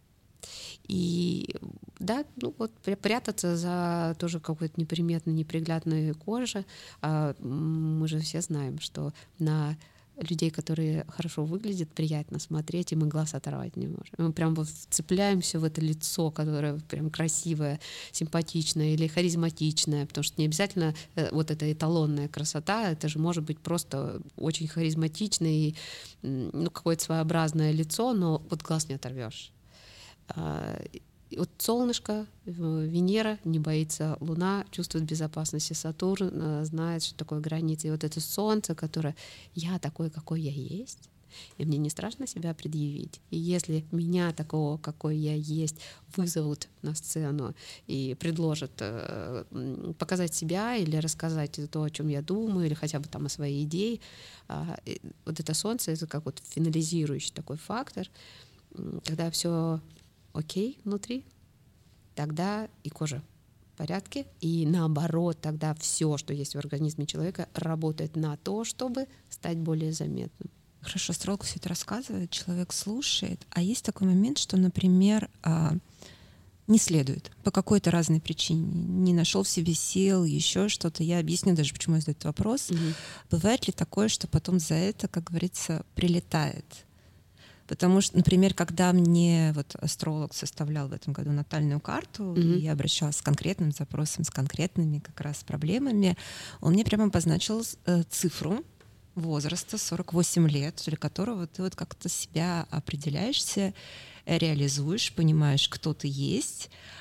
И да, ну вот прятаться за тоже какой-то неприметной, неприглядной кожей. А мы же все знаем, что на людей, которые хорошо выглядят, приятно смотреть, и мы глаз оторвать не можем. Мы прям вот вцепляемся в это лицо, которое прям красивое, симпатичное или харизматичное, потому что не обязательно вот эта эталонная красота, это же может быть просто очень харизматичное и ну, какое-то своеобразное лицо, но вот глаз не оторвешь. Вот солнышко, Венера не боится, Луна чувствует безопасность, Сатурн знает, что такое границы. И вот это Солнце, которое я такой, какой я есть, и мне не страшно себя предъявить. И если меня такого, какой я есть, вызовут на сцену и предложат э, показать себя или рассказать то, о чем я думаю, или хотя бы там о своей идее, э, вот это Солнце — это как вот финализирующий такой фактор, когда все окей внутри, тогда и кожа в порядке, и наоборот, тогда все, что есть в организме человека, работает на то, чтобы стать более заметным. Хорошо, астролог все это рассказывает, человек слушает, а есть такой момент, что, например, не следует по какой-то разной причине, не нашел в себе сил, еще что-то. Я объясню даже, почему я задаю этот вопрос. Угу. Бывает ли такое, что потом за это, как говорится, прилетает? Потому что, например, когда мне вот астролог составлял в этом году натальную карту, mm-hmm. и я обращалась с конкретным запросом, с конкретными как раз проблемами, он мне прямо обозначил э, цифру возраста сорок восемь лет, для которого ты вот как-то себя определяешься, реализуешь, понимаешь, кто ты есть.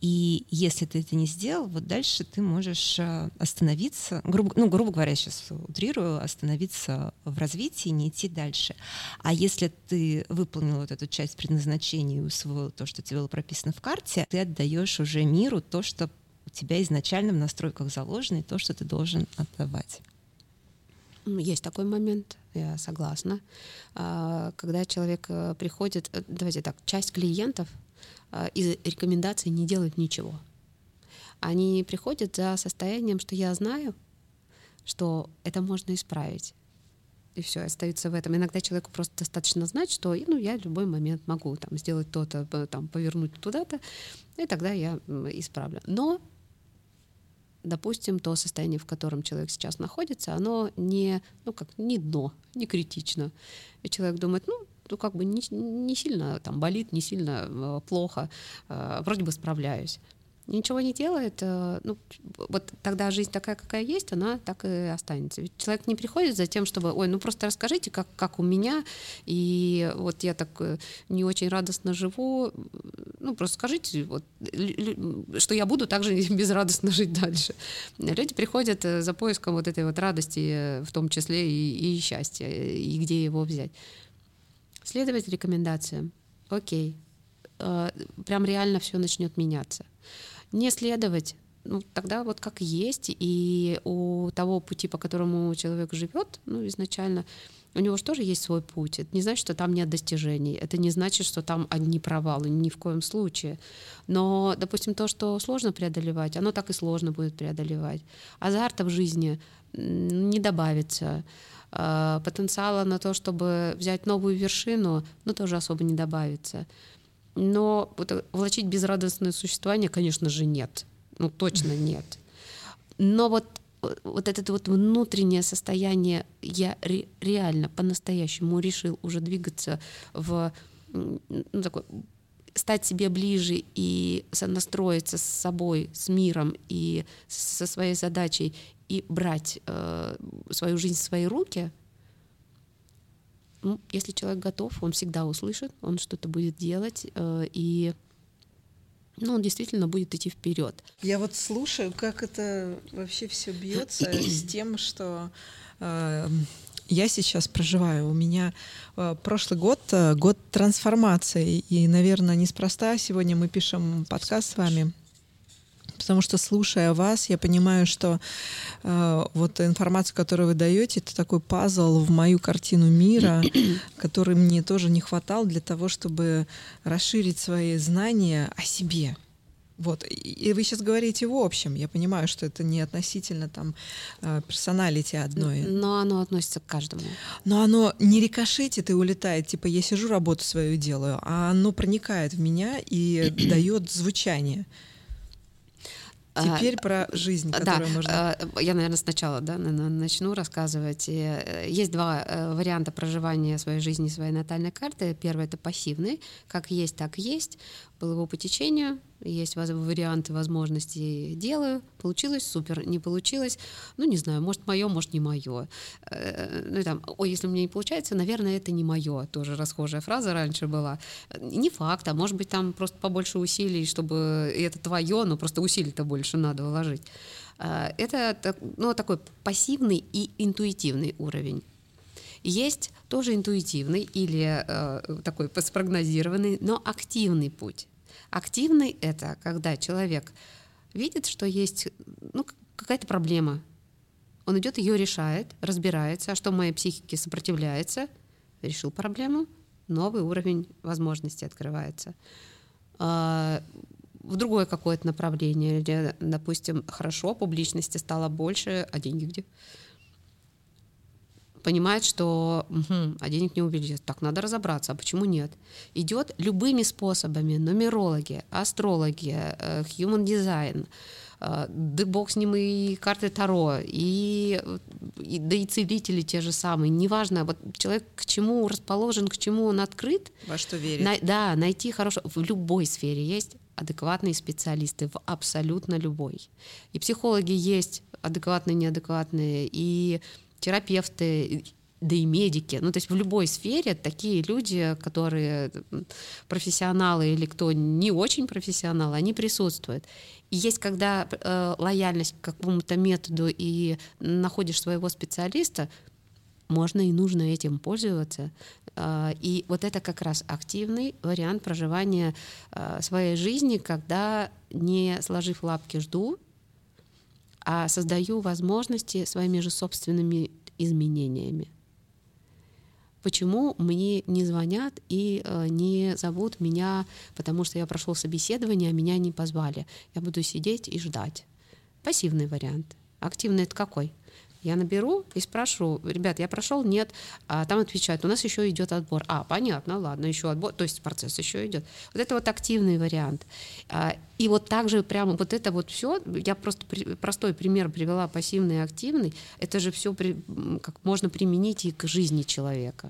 И если ты это не сделал, вот дальше ты можешь остановиться, грубо, ну, грубо говоря, сейчас утрирую, остановиться в развитии, не идти дальше. А если ты выполнил вот эту часть предназначения и усвоил то, что тебе было прописано в карте, ты отдаешь уже миру то, что у тебя изначально в настройках заложено, и то, что ты должен отдавать. Есть такой момент, я согласна. Когда человек приходит, давайте так, часть клиентов из рекомендаций не делают ничего. Они приходят за состоянием, что я знаю, что это можно исправить. И все, остаются в этом. Иногда человеку просто достаточно знать, что ну, я в любой момент могу там, сделать то-то, там, повернуть туда-то, и тогда я исправлю. Но, допустим, то состояние, в котором человек сейчас находится, оно не, ну, как, не дно, не критично. И человек думает, ну, ну как бы не, не сильно там болит, не сильно э, плохо, э, вроде бы справляюсь. Ничего не делает, э, ну, вот тогда жизнь такая, какая есть, она так и останется. Ведь человек не приходит за тем, чтобы, ой, ну просто расскажите, как, как у меня, и вот я так э, не очень радостно живу, ну просто скажите, вот, что я буду также безрадостно жить дальше. Люди приходят за поиском вот этой вот радости, в том числе и, и счастья, и где его взять. Следовать рекомендациям. Окей. Э, прям реально все начнет меняться. Не следовать, ну, тогда вот как есть, и у того пути, по которому человек живет, ну, изначально, у него же тоже есть свой путь. Это не значит, что там нет достижений, это не значит, что там одни провалы, ни в коем случае. Но, допустим, то, что сложно преодолевать, оно так и сложно будет преодолевать. Азарта в жизни не добавится. Потенциала на то, чтобы взять новую вершину, ну, тоже особо не добавится. Но вот, влачить безрадостное существование, конечно же, нет. Ну, точно нет. Но вот, вот это вот внутреннее состояние, я ре, реально по-настоящему решил уже двигаться в, ну, такой, стать себе ближе и сонастроиться с собой, с миром и со своей задачей, и брать э, свою жизнь в свои руки. Ну, если человек готов, он всегда услышит, он что-то будет делать, э, и ну, он действительно будет идти вперед. Я вот слушаю, как это вообще все бьется с тем, что э, я сейчас проживаю. У меня э, прошлый год э, год трансформации, и, наверное, неспроста сегодня мы пишем подкаст с вами. Потому что, слушая вас, я понимаю, что э, вот информация, которую вы даете, это такой пазл в мою картину мира, который мне тоже не хватал для того, чтобы расширить свои знания о себе. Вот. И вы сейчас говорите в общем. Я понимаю, что это не относительно там персоналити одной. Но оно относится к каждому. Но оно не рикошетит и улетает, типа я сижу, работу свою делаю, а оно проникает в меня и дает звучание. Теперь а, про жизнь, которую да, можно... Я, наверное, сначала да, начну рассказывать. Есть два варианта проживания своей жизни, своей натальной карты. Первый — это пассивный. Как есть, так есть. Плыву по течению. Есть варианты возможностей. Делаю. Получилось — супер. Не получилось — ну, не знаю, может, мое, может, не мое. Ну, и там, ой, если у меня не получается, наверное, это не мое. Тоже расхожая фраза раньше была. Не факт, а может быть, там просто побольше усилий, чтобы это твое, но просто усилий-то больше надо вложить. Это, ну, такой пассивный и интуитивный уровень. Есть тоже интуитивный или э, такой спрогнозированный, но активный путь. Активный — это когда человек видит, что есть ну, какая-то проблема. Он идет, ее решает, разбирается, а что в моей психике сопротивляется, решил проблему, новый уровень возможностей открывается. В другое какое-то направление, где, допустим, хорошо, публичности стало больше, а деньги где? Понимает, что угу, а денег не увеличилось. Так, надо разобраться, а почему нет? Идет любыми способами: нумерология, астрология, human design, да бог с ним и карты Таро, и, и, да и целители те же самые. Неважно, вот человек к чему расположен, к чему он открыт. Во что верит. На, да, найти хорошо. В любой сфере есть адекватные специалисты, в абсолютно любой. И психологи есть адекватные, неадекватные, и терапевты, да и медики. Ну, то есть в любой сфере такие люди, которые профессионалы или кто не очень профессионал, они присутствуют. И есть, когда э, лояльность к какому-то методу и находишь своего специалиста, можно и нужно этим пользоваться. Э, и вот это как раз активный вариант проживания э, своей жизни, когда не сложив лапки жду, а создаю возможности своими же собственными изменениями. Почему мне не звонят и э, не зовут меня, потому что я прошел собеседование, а меня не позвали? Я буду сидеть и ждать. Пассивный вариант. Активный — это какой? Я наберу и спрошу: ребят, я прошел? Нет. А там отвечают: у нас еще идет отбор. А, понятно, ладно, еще отбор, то есть процесс еще идет. Вот это вот активный вариант. И вот также прямо вот это вот все, я просто простой пример привела, пассивный и активный, это же все как можно применить и к жизни человека.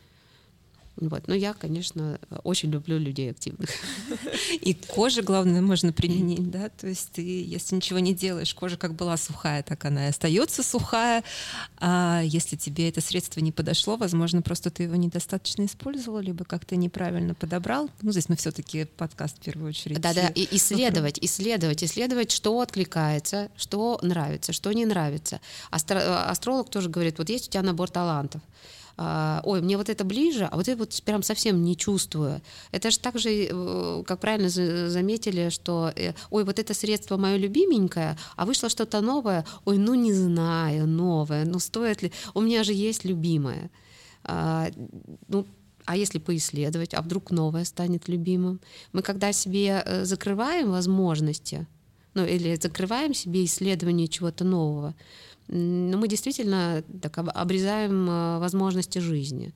Вот. Но я, конечно, очень люблю людей активных. И кожа, главное, можно применить, да, то есть ты, если ничего не делаешь, кожа как была сухая, так она и остается сухая, а если тебе это средство не подошло, возможно, просто ты его недостаточно использовал, либо как-то неправильно подобрал. Ну, здесь мы все-таки подкаст в первую очередь. Да-да, и исследовать, исследовать, исследовать, что откликается, что нравится, что не нравится. Астро- астролог тоже говорит: вот есть у тебя набор талантов. Ой, мне вот это ближе, а вот это вот прям совсем не чувствую. Это же так же, как правильно заметили, что ой, вот это средство мое любименькое, а вышло что-то новое, ой, ну не знаю, новое, ну стоит ли, у меня же есть любимое. А, ну, а если поисследовать, а вдруг новое станет любимым? Мы когда себе закрываем возможности, ну или закрываем себе исследование чего-то нового, но мы действительно так обрезаем возможности жизни.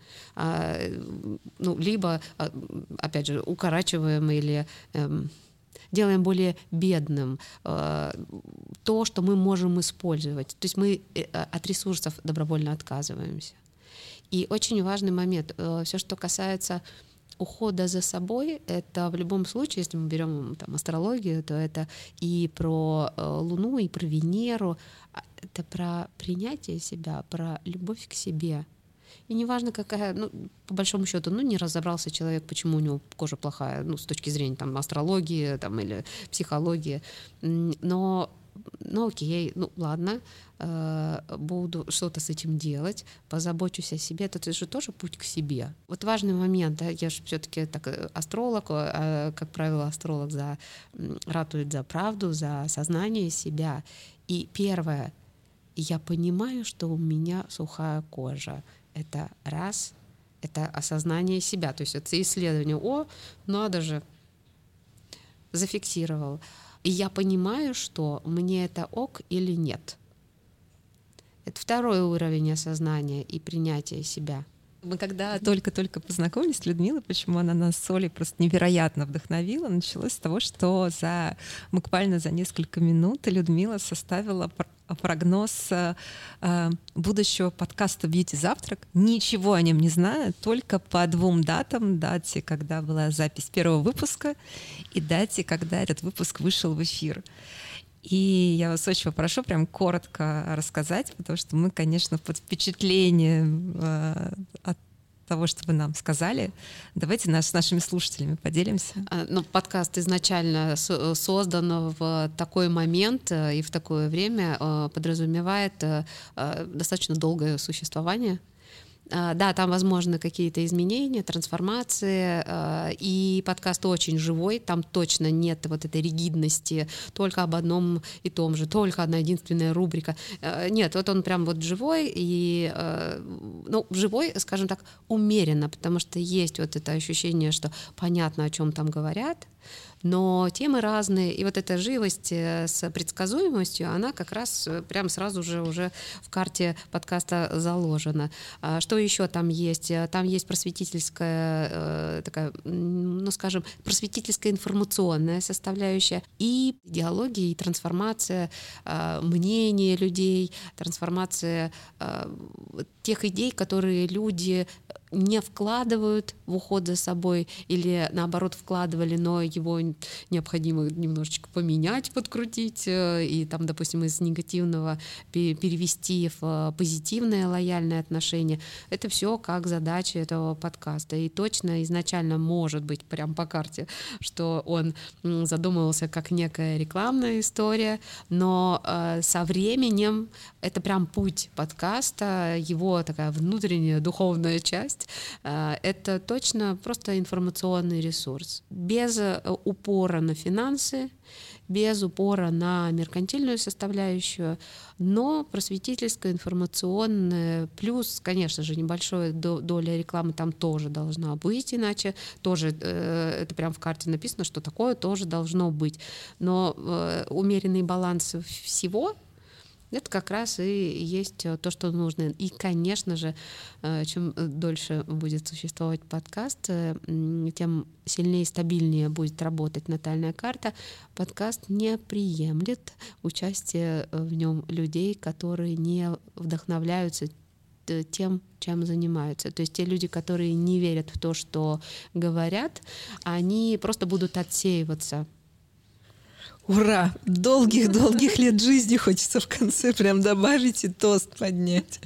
Ну, либо, опять же, укорачиваем или делаем более бедным то, что мы можем использовать. То есть мы от ресурсов добровольно отказываемся. И очень важный момент. Все, что касается ухода за собой, это в любом случае, если мы берем там астрологию, то это и про э, Луну, и про Венеру, это про принятие себя, про любовь к себе. И неважно, какая, ну, по большому счету, ну, не разобрался человек, почему у него кожа плохая, ну, с точки зрения там астрологии там, или психологии, но ну окей, ну ладно, э, буду что-то с этим делать, позабочусь о себе. Это же тоже путь к себе. Вот важный момент, да, я же все-таки так астролог, э, как правило, астролог за, ратует за правду, за сознание себя. И первое, я понимаю, что у меня сухая кожа. Это раз, это осознание себя, то есть это исследование. О, надо же, зафиксировал. И я понимаю, что мне это ок или нет. Это второй уровень осознания и принятия себя. Мы когда только-только познакомились с Людмилой, почему она нас с Олей просто невероятно вдохновила, началось с того, что за буквально за несколько минут Людмила составила прогноз э, будущего подкаста «Бьюти Завтрак». Ничего о нем не знаю, только по двум датам: дате, когда была запись первого выпуска, и дате, когда этот выпуск вышел в эфир. И я вас очень попрошу прям коротко рассказать, потому что мы, конечно, под впечатлением э, от того, что вы нам сказали. Давайте наш, с нашими слушателями поделимся. Ну, подкаст изначально создан в такой момент и в такое время, подразумевает достаточно долгое существование. Да, там возможны какие-то изменения, трансформации, и подкаст очень живой, там точно нет вот этой ригидности, только об одном и том же, только одна единственная рубрика. Нет, вот он прям вот живой, и, ну, живой, скажем так, умеренно, потому что есть вот это ощущение, что понятно, о чем там говорят, но темы разные, и вот эта живость с предсказуемостью, она как раз прям сразу же уже в карте подкаста заложена. Что еще там есть? Там есть просветительская такая, ну скажем, просветительская информационная составляющая и идеология, и трансформация мнения людей, трансформация тех идей, которые люди не вкладывают в уход за собой или, наоборот, вкладывали, но его необходимо немножечко поменять, подкрутить и, там, допустим, из негативного перевести в позитивное лояльное отношение. Это все как задача этого подкаста. И точно изначально может быть прям по карте, что он задумывался как некая рекламная история, но э, со временем это прям путь подкаста, его такая внутренняя духовная часть. Это точно просто информационный ресурс. Без упора на финансы, без упора на меркантильную составляющую, но просветительская, информационная, плюс, конечно же, небольшая доля рекламы там тоже должна быть, иначе тоже э, это прям в карте написано, что такое тоже должно быть. Но э, умеренный баланс всего — это как раз и есть то, что нужно. И, конечно же, чем дольше будет существовать подкаст, тем сильнее и стабильнее будет работать натальная карта. Подкаст не приемлет участие в нем людей, которые не вдохновляются тем, чем занимаются. То есть те люди, которые не верят в то, что говорят, они просто будут отсеиваться. Ура! Долгих-долгих лет жизни хочется в конце прям добавить и тост поднять.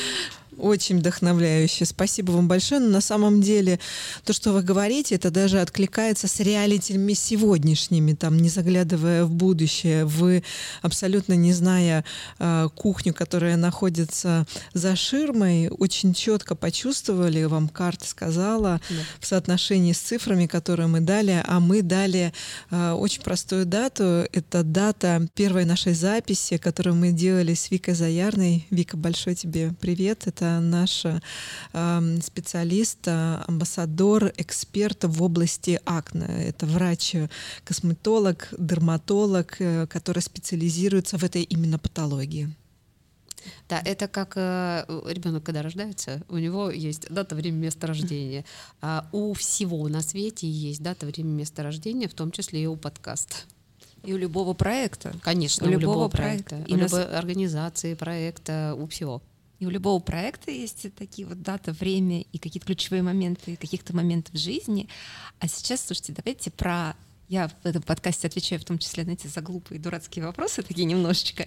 Очень вдохновляюще. Спасибо вам большое. Но на самом деле то, что вы говорите, это даже откликается с реалитями сегодняшними, там, не заглядывая в будущее. Вы, абсолютно не зная э, кухню, которая находится за ширмой, очень четко почувствовали, вам карта сказала, да, в соотношении с цифрами, которые мы дали, а мы дали э, очень простую дату. Это дата первой нашей записи, которую мы делали с Викой Заярной. Вика, большой тебе привет. Это наш э, специалист, амбассадор, эксперт в области акне. Это врач-косметолог, дерматолог, э, который специализируется в этой именно патологии. Да, это как э, ребенок, когда рождается, у него есть дата, время, место рождения. А у всего на свете есть дата, время, место рождения, в том числе и у подкаста. И у любого проекта. Конечно, у, у любого, любого проекта. проекта. И у нас... любой организации, проекта, у всего. И у любого проекта есть такие вот дата, время и какие-то ключевые моменты, каких-то моментов в жизни. А сейчас, слушайте, давайте про... Я в этом подкасте отвечаю в том числе на эти за глупые дурацкие вопросы, такие немножечко.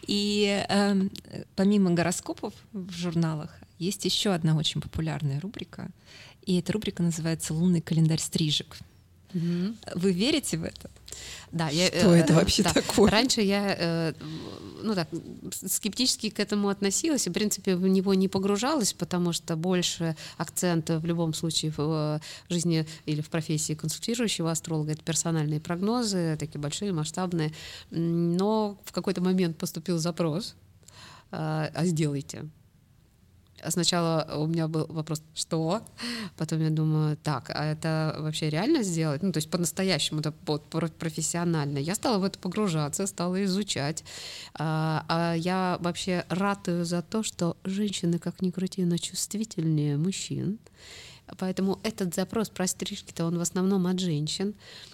И э, помимо гороскопов в журналах есть еще одна очень популярная рубрика. И эта рубрика называется «Лунный календарь стрижек». Mm-hmm. Вы верите в это? Да, я, что э, это вообще да. такое? Раньше я э, ну, так, скептически к этому относилась и, в принципе, в него не погружалась, потому что больше акцента в любом случае в жизни или в профессии консультирующего астролога — это персональные прогнозы, такие большие, масштабные. Но в какой-то момент поступил запрос: а сделайте. Сначала у меня был вопрос, что? Потом я думаю, так, а это вообще реально сделать? Ну, то есть по-настоящему, это профессионально. Я стала в это погружаться, стала изучать. А, а я вообще ратую за то, что женщины, как ни крути, но чувствительнее мужчин. Поэтому этот запрос про стрижки-то, он в основном от женщин.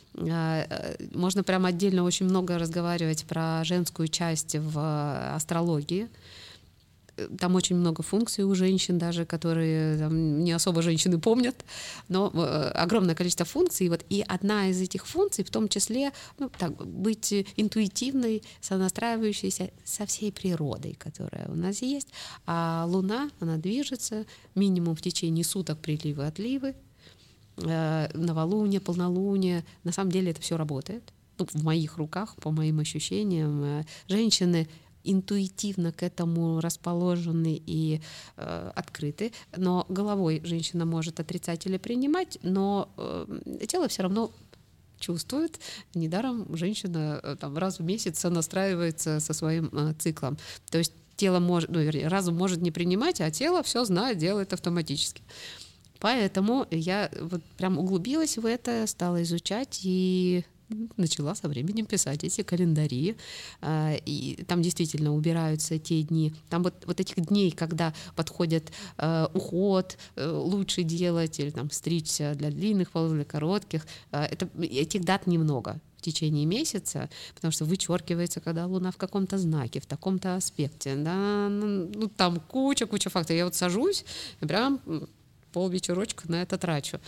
Можно прям отдельно очень много разговаривать про женскую часть в астрологии. Там очень много функций у женщин даже, которые там, не особо женщины помнят, но э, огромное количество функций. Вот, и одна из этих функций в том числе ну, так, быть интуитивной, сонастраивающейся со всей природой, которая у нас есть. А Луна, она движется минимум в течение суток, приливы, отливы, э, новолуние, полнолуние. На самом деле это все работает. Ну, в моих руках, по моим ощущениям, э, женщины интуитивно к этому расположены и э, открыты, но головой женщина может отрицать или принимать, но э, тело все равно чувствует. Недаром женщина э, там, раз в месяц настраивается со своим э, циклом. То есть тело может, ну, вернее, разум может не принимать, а тело все знает, делает автоматически. Поэтому я вот прям углубилась в это, стала изучать, и начала со временем писать эти календари, и там действительно убираются те дни, там вот, вот этих дней, когда подходит уход, лучше делать или там стричься для длинных волос, для коротких, это, этих дат немного в течение месяца, потому что вычеркивается, когда Луна в каком-то знаке, в таком-то аспекте, да, ну, там куча-куча фактов. Я вот сажусь, прям полвечерочка на это трачу.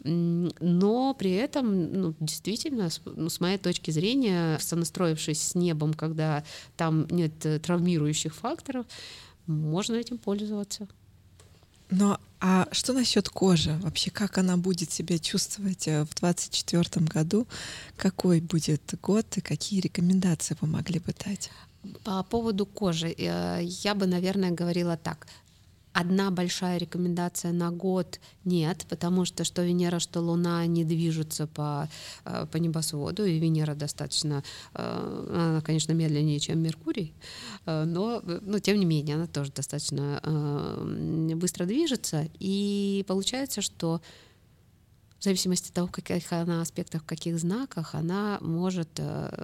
Но при этом, ну, действительно, с, ну, с моей точки зрения, сонастроившись с небом, когда там нет травмирующих факторов, можно этим пользоваться. Но а что насчет кожи? Вообще, как она будет себя чувствовать в двадцать четвёртом году? Какой будет год и какие рекомендации вы могли бы дать? По поводу кожи я бы, наверное, говорила так. Одна большая рекомендация на год нет, потому что что Венера, что Луна не движутся по, по небосводу, и Венера достаточно, она, конечно, медленнее, чем Меркурий, но, но тем не менее она тоже достаточно быстро движется, и получается, что в зависимости от того, в каких она аспектах, в каких знаках, она может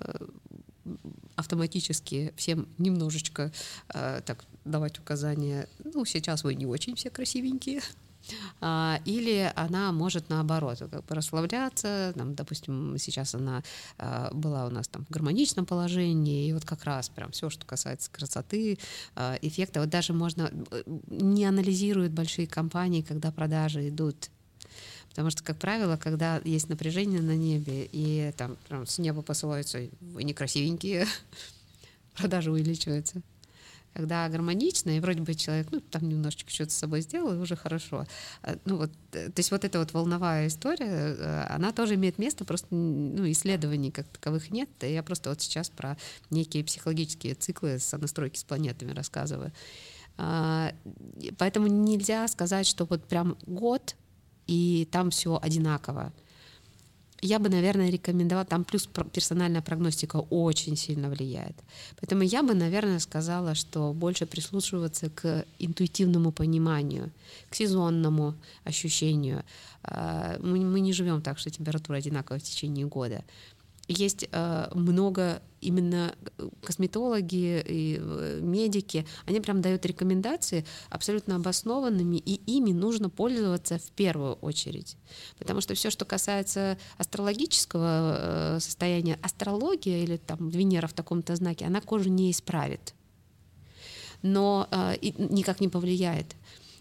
автоматически всем немножечко э, так давать указания, ну, сейчас вы не очень все красивенькие, а, или она может наоборот как бы расслабляться, там, допустим, сейчас она а, была у нас там в гармоничном положении, и вот как раз прям все, что касается красоты, а, эффекта, вот даже можно, не анализируют большие компании, когда продажи идут. Потому что, как правило, когда есть напряжение на небе, и там прям с неба посылаются «вы некрасивенькие», продажи увеличиваются. Когда гармонично, и вроде бы человек, ну, там немножечко что-то с собой сделал, и уже хорошо. Ну, вот, то есть вот эта вот волновая история, она тоже имеет место, просто, ну, исследований как таковых нет. Я просто вот сейчас про некие психологические циклы сонастройки с планетами рассказываю. Поэтому нельзя сказать, что вот прям год, и там все одинаково. Я бы, наверное, рекомендовала, там плюс персональная прогностика очень сильно влияет. Поэтому я бы, наверное, сказала, что больше прислушиваться к интуитивному пониманию, к сезонному ощущению. Мы не живем так, что температура одинаковая в течение года. Есть э, много именно косметологи и медики, они прям дают рекомендации абсолютно обоснованными, и ими нужно пользоваться в первую очередь. Потому что все, что касается астрологического э, состояния, астрология или там Венера в таком-то знаке, она кожу не исправит, но э, и никак не повлияет.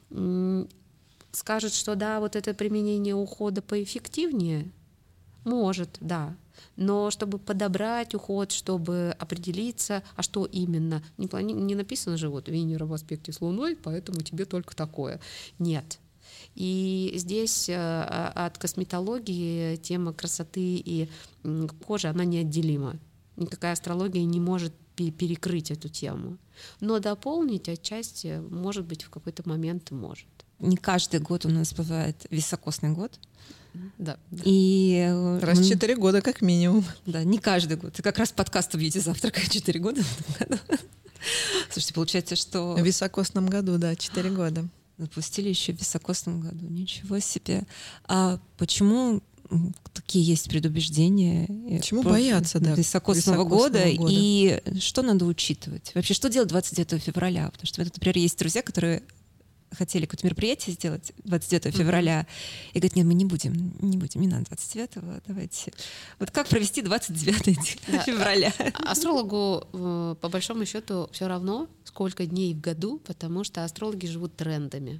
Скажет, что да, вот это применение ухода поэффективнее, может, да. Но чтобы подобрать уход, чтобы определиться, а что именно, не, плани... не написано же вот Венера в аспекте с Луной, поэтому тебе только такое. Нет. И здесь от косметологии тема красоты и кожи, она неотделима. Никакая астрология не может перекрыть эту тему. Но дополнить отчасти, может быть, в какой-то момент может. Не каждый год у нас бывает високосный год. Да, да. И раз в четыре года как минимум. Да, не каждый год. И как раз подкаст «Бьюти завтрак» четыре года в этом году. Слушайте, получается, что... В високосном году, да, четыре года. Запустили еще в високосном году. Ничего себе. А почему такие есть предубеждения? Почему бояться, да, високосного, високосного года? года? И что надо учитывать? Вообще, что делать двадцать девятого февраля? Потому что у меня, например, есть друзья, которые хотели какое-то мероприятие сделать двадцать девятого февраля, и говорят, нет, мы не будем, не будем, не надо двадцать девятого, давайте. Вот как провести двадцать девятого февраля? Астрологу, по большому счету, все равно, сколько дней в году, потому что астрологи живут трендами.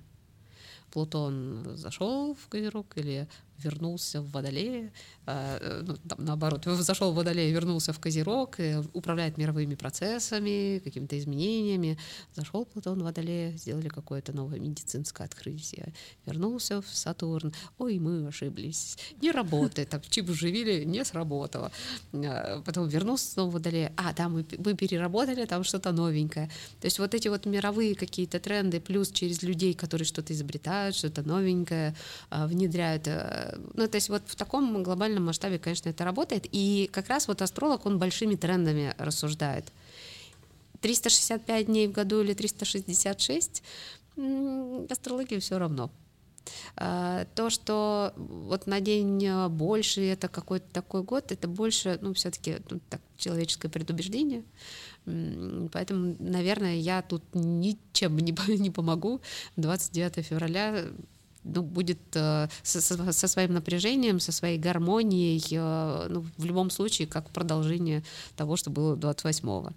Плутон зашел в Козерог или вернулся в Водолее, э, ну, там, наоборот, зашел в Водолее, вернулся в Козерог, управляет мировыми процессами, какими-то изменениями. Зашел Плутон в Водолее, сделали какое-то новое медицинское открытие. Вернулся в Сатурн. Ой, мы ошиблись. Не работает. Там чип вживили, не сработало. Потом вернулся снова в Водолее. А, да, мы, мы переработали, там что-то новенькое. То есть вот эти вот мировые какие-то тренды, плюс через людей, которые что-то изобретают, что-то новенькое внедряют. Ну, то есть вот в таком глобальном масштабе, конечно, это работает. И как раз вот астролог, он большими трендами рассуждает. триста шестьдесят пять дней в году или триста шестьдесят шесть, астрологии все равно. То, что вот на день больше, это какой-то такой год, это больше, ну, все-таки ну, так, человеческое предубеждение. Поэтому, наверное, я тут ничем не, не помогу. двадцать девятого февраля ну, будет э, со, со своим напряжением, со своей гармонией, э, ну, в любом случае, как продолжение того, что было двадцать восьмого.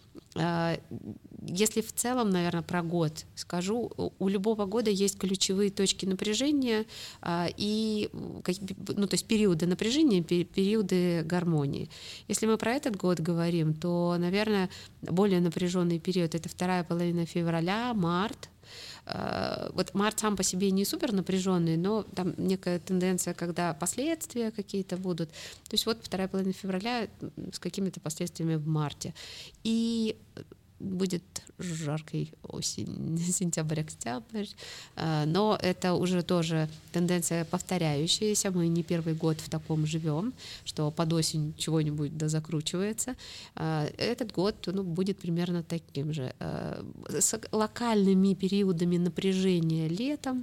Если в целом, наверное, про год скажу, у любого года есть ключевые точки напряжения и, ну, то есть периоды напряжения, периоды гармонии. Если мы про этот год говорим, то, наверное, более напряженный период — это вторая половина февраля, март. Вот март сам по себе не супер напряженный, но там некая тенденция, когда последствия какие-то будут. То есть вот вторая половина февраля с какими-то последствиями в марте. И будет жаркий осень, сентябрь, октябрь, но это уже тоже тенденция повторяющаяся. Мы не первый год в таком живем, что под осень чего-нибудь да закручивается. Этот год ну, будет примерно таким же. С локальными периодами напряжения летом,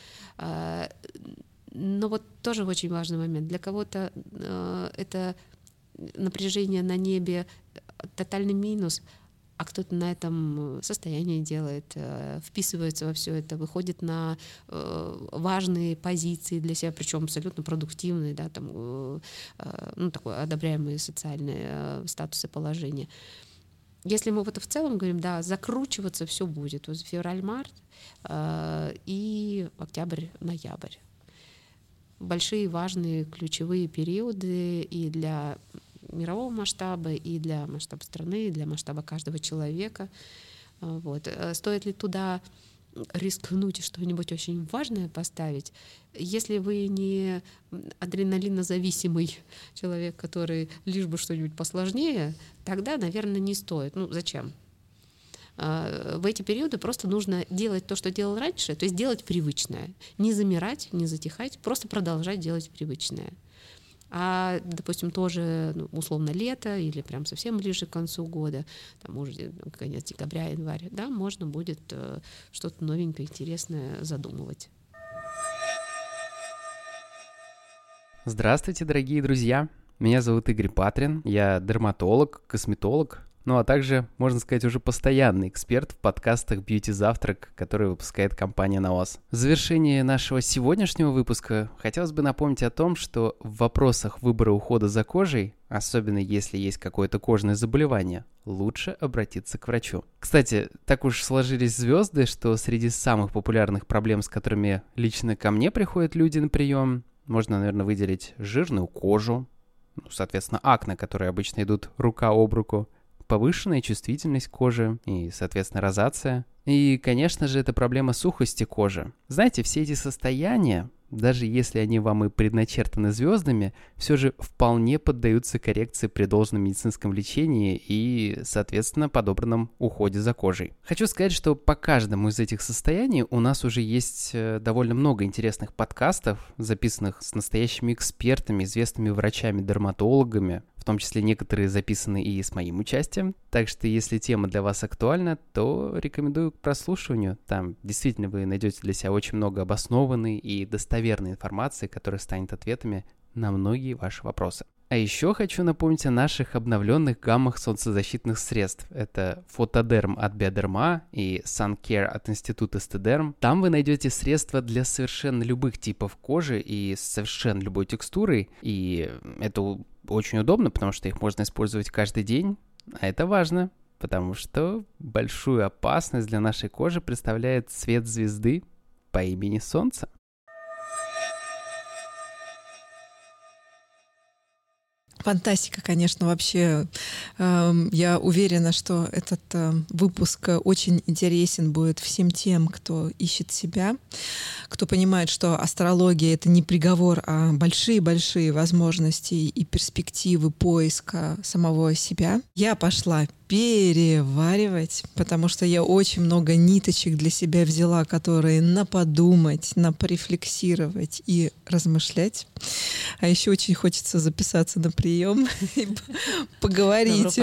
но вот тоже очень важный момент. Для кого-то это напряжение на небе тотальный минус, а кто-то на этом состоянии делает, вписывается во все это, выходит на важные позиции для себя, причем абсолютно продуктивные, да, там, ну, такое одобряемые социальные статусы, положения. Если мы вот в целом говорим, да, закручиваться все будет. Вот февраль-март и октябрь-ноябрь. Большие, важные, ключевые периоды и для мирового масштаба, и для масштаба страны, и для масштаба каждого человека. Вот. Стоит ли туда рискнуть и что-нибудь очень важное поставить? Если вы не адреналинозависимый человек, который лишь бы что-нибудь посложнее, тогда, наверное, не стоит. Ну, зачем? В эти периоды просто нужно делать то, что делал раньше, то есть делать привычное. Не замирать, не затихать, просто продолжать делать привычное. А, допустим, тоже ну, условно лето или прям совсем ближе к концу года, там, может, конец декабря, января, да, можно будет э, что-то новенькое, интересное задумывать. Здравствуйте, дорогие друзья! Меня зовут Игорь Патрин, я дерматолог, косметолог, ну а также, можно сказать, уже постоянный эксперт в подкастах «Beauty Завтрак», который выпускает компания Naos. В завершении нашего сегодняшнего выпуска хотелось бы напомнить о том, что в вопросах выбора ухода за кожей, особенно если есть какое-то кожное заболевание, лучше обратиться к врачу. Кстати, так уж сложились звезды, что среди самых популярных проблем, с которыми лично ко мне приходят люди на прием, можно, наверное, выделить жирную кожу, ну, соответственно, акне, которые обычно идут рука об руку, повышенная чувствительность кожи и, соответственно, розация. И, конечно же, это проблема сухости кожи. Знаете, все эти состояния, даже если они вам и предначертаны звездами, все же вполне поддаются коррекции при должном медицинском лечении и, соответственно, подобранном уходе за кожей. Хочу сказать, что по каждому из этих состояний у нас уже есть довольно много интересных подкастов, записанных с настоящими экспертами, известными врачами-дерматологами, в том числе некоторые записаны и с моим участием. Так что, если тема для вас актуальна, то рекомендую к прослушиванию. Там действительно вы найдете для себя очень много обоснованной и достоверной информации, которая станет ответами на многие ваши вопросы. А еще хочу напомнить о наших обновленных гаммах солнцезащитных средств. Это Фотодерм от Биодерма и Sun-Care от Института Эстедерм. Там вы найдете средства для совершенно любых типов кожи и с совершенно любой текстурой. И это очень удобно, потому что их можно использовать каждый день. А это важно, потому что большую опасность для нашей кожи представляет свет звезды по имени Солнце. Фантастика, конечно, вообще. Я уверена, что этот выпуск очень интересен будет всем тем, кто ищет себя, кто понимает, что астрология — это не приговор, а большие-большие возможности и перспективы поиска самого себя. Я пошла переваривать, потому что я очень много ниточек для себя взяла, которые на подумать, на порефлексировать и размышлять. А еще очень хочется записаться на прием и поговорить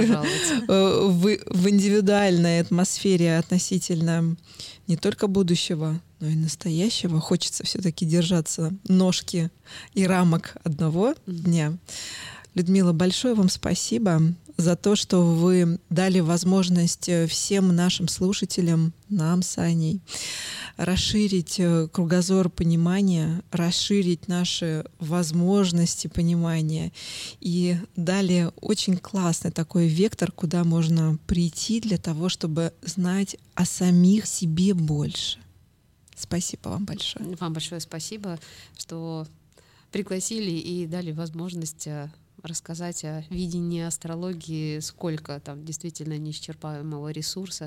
в индивидуальной атмосфере относительно не только будущего, но и настоящего. Хочется все-таки держаться ножки и рамок одного дня. Людмила, большое вам спасибо за то, что вы дали возможность всем нашим слушателям, нам с Аней, расширить кругозор понимания, расширить наши возможности понимания и дали очень классный такой вектор, куда можно прийти для того, чтобы знать о самих себе больше. Спасибо вам большое. Вам большое спасибо, что пригласили и дали возможность рассказать о видении астрологии, сколько там действительно неисчерпаемого ресурса,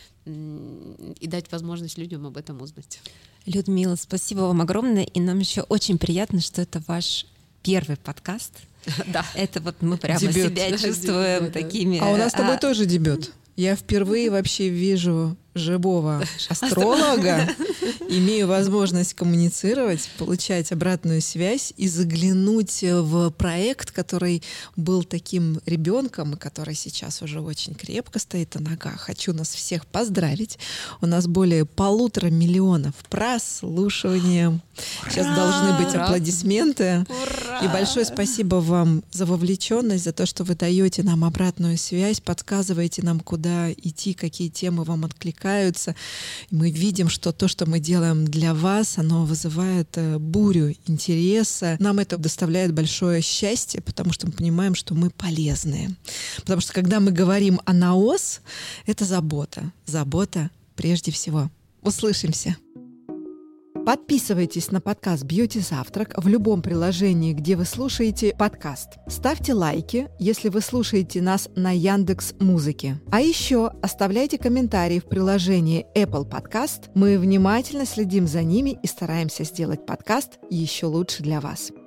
и дать возможность людям об этом узнать. Людмила, спасибо вам огромное, и нам еще очень приятно, что это ваш первый подкаст. Да. Это вот мы прямо Дебют. себя чувствуем Дебют, да. такими... А у нас с тобой тоже дебют. Я впервые вообще вижу живого астролога, имею возможность коммуницировать, получать обратную связь и заглянуть в проект, который был таким ребенком, и который сейчас уже очень крепко стоит на ногах. Хочу нас всех поздравить. У нас более полутора миллионов прослушиваний. Сейчас должны быть аплодисменты. Ура! И большое спасибо вам за вовлеченность, за то, что вы даете нам обратную связь, подсказываете нам, куда идти, какие темы вам откликаются. Мы видим, что то, что мы делаем для вас, оно вызывает бурю интереса. Нам это доставляет большое счастье, потому что мы понимаем, что мы полезные. Потому что когда мы говорим о НАОС, это забота. Забота прежде всего. Услышимся. Подписывайтесь на подкаст «Бьюти Завтрак» в любом приложении, где вы слушаете подкаст. Ставьте лайки, если вы слушаете нас на Яндекс.Музыке. А еще оставляйте комментарии в приложении Apple Podcast. Мы внимательно следим за ними и стараемся сделать подкаст еще лучше для вас.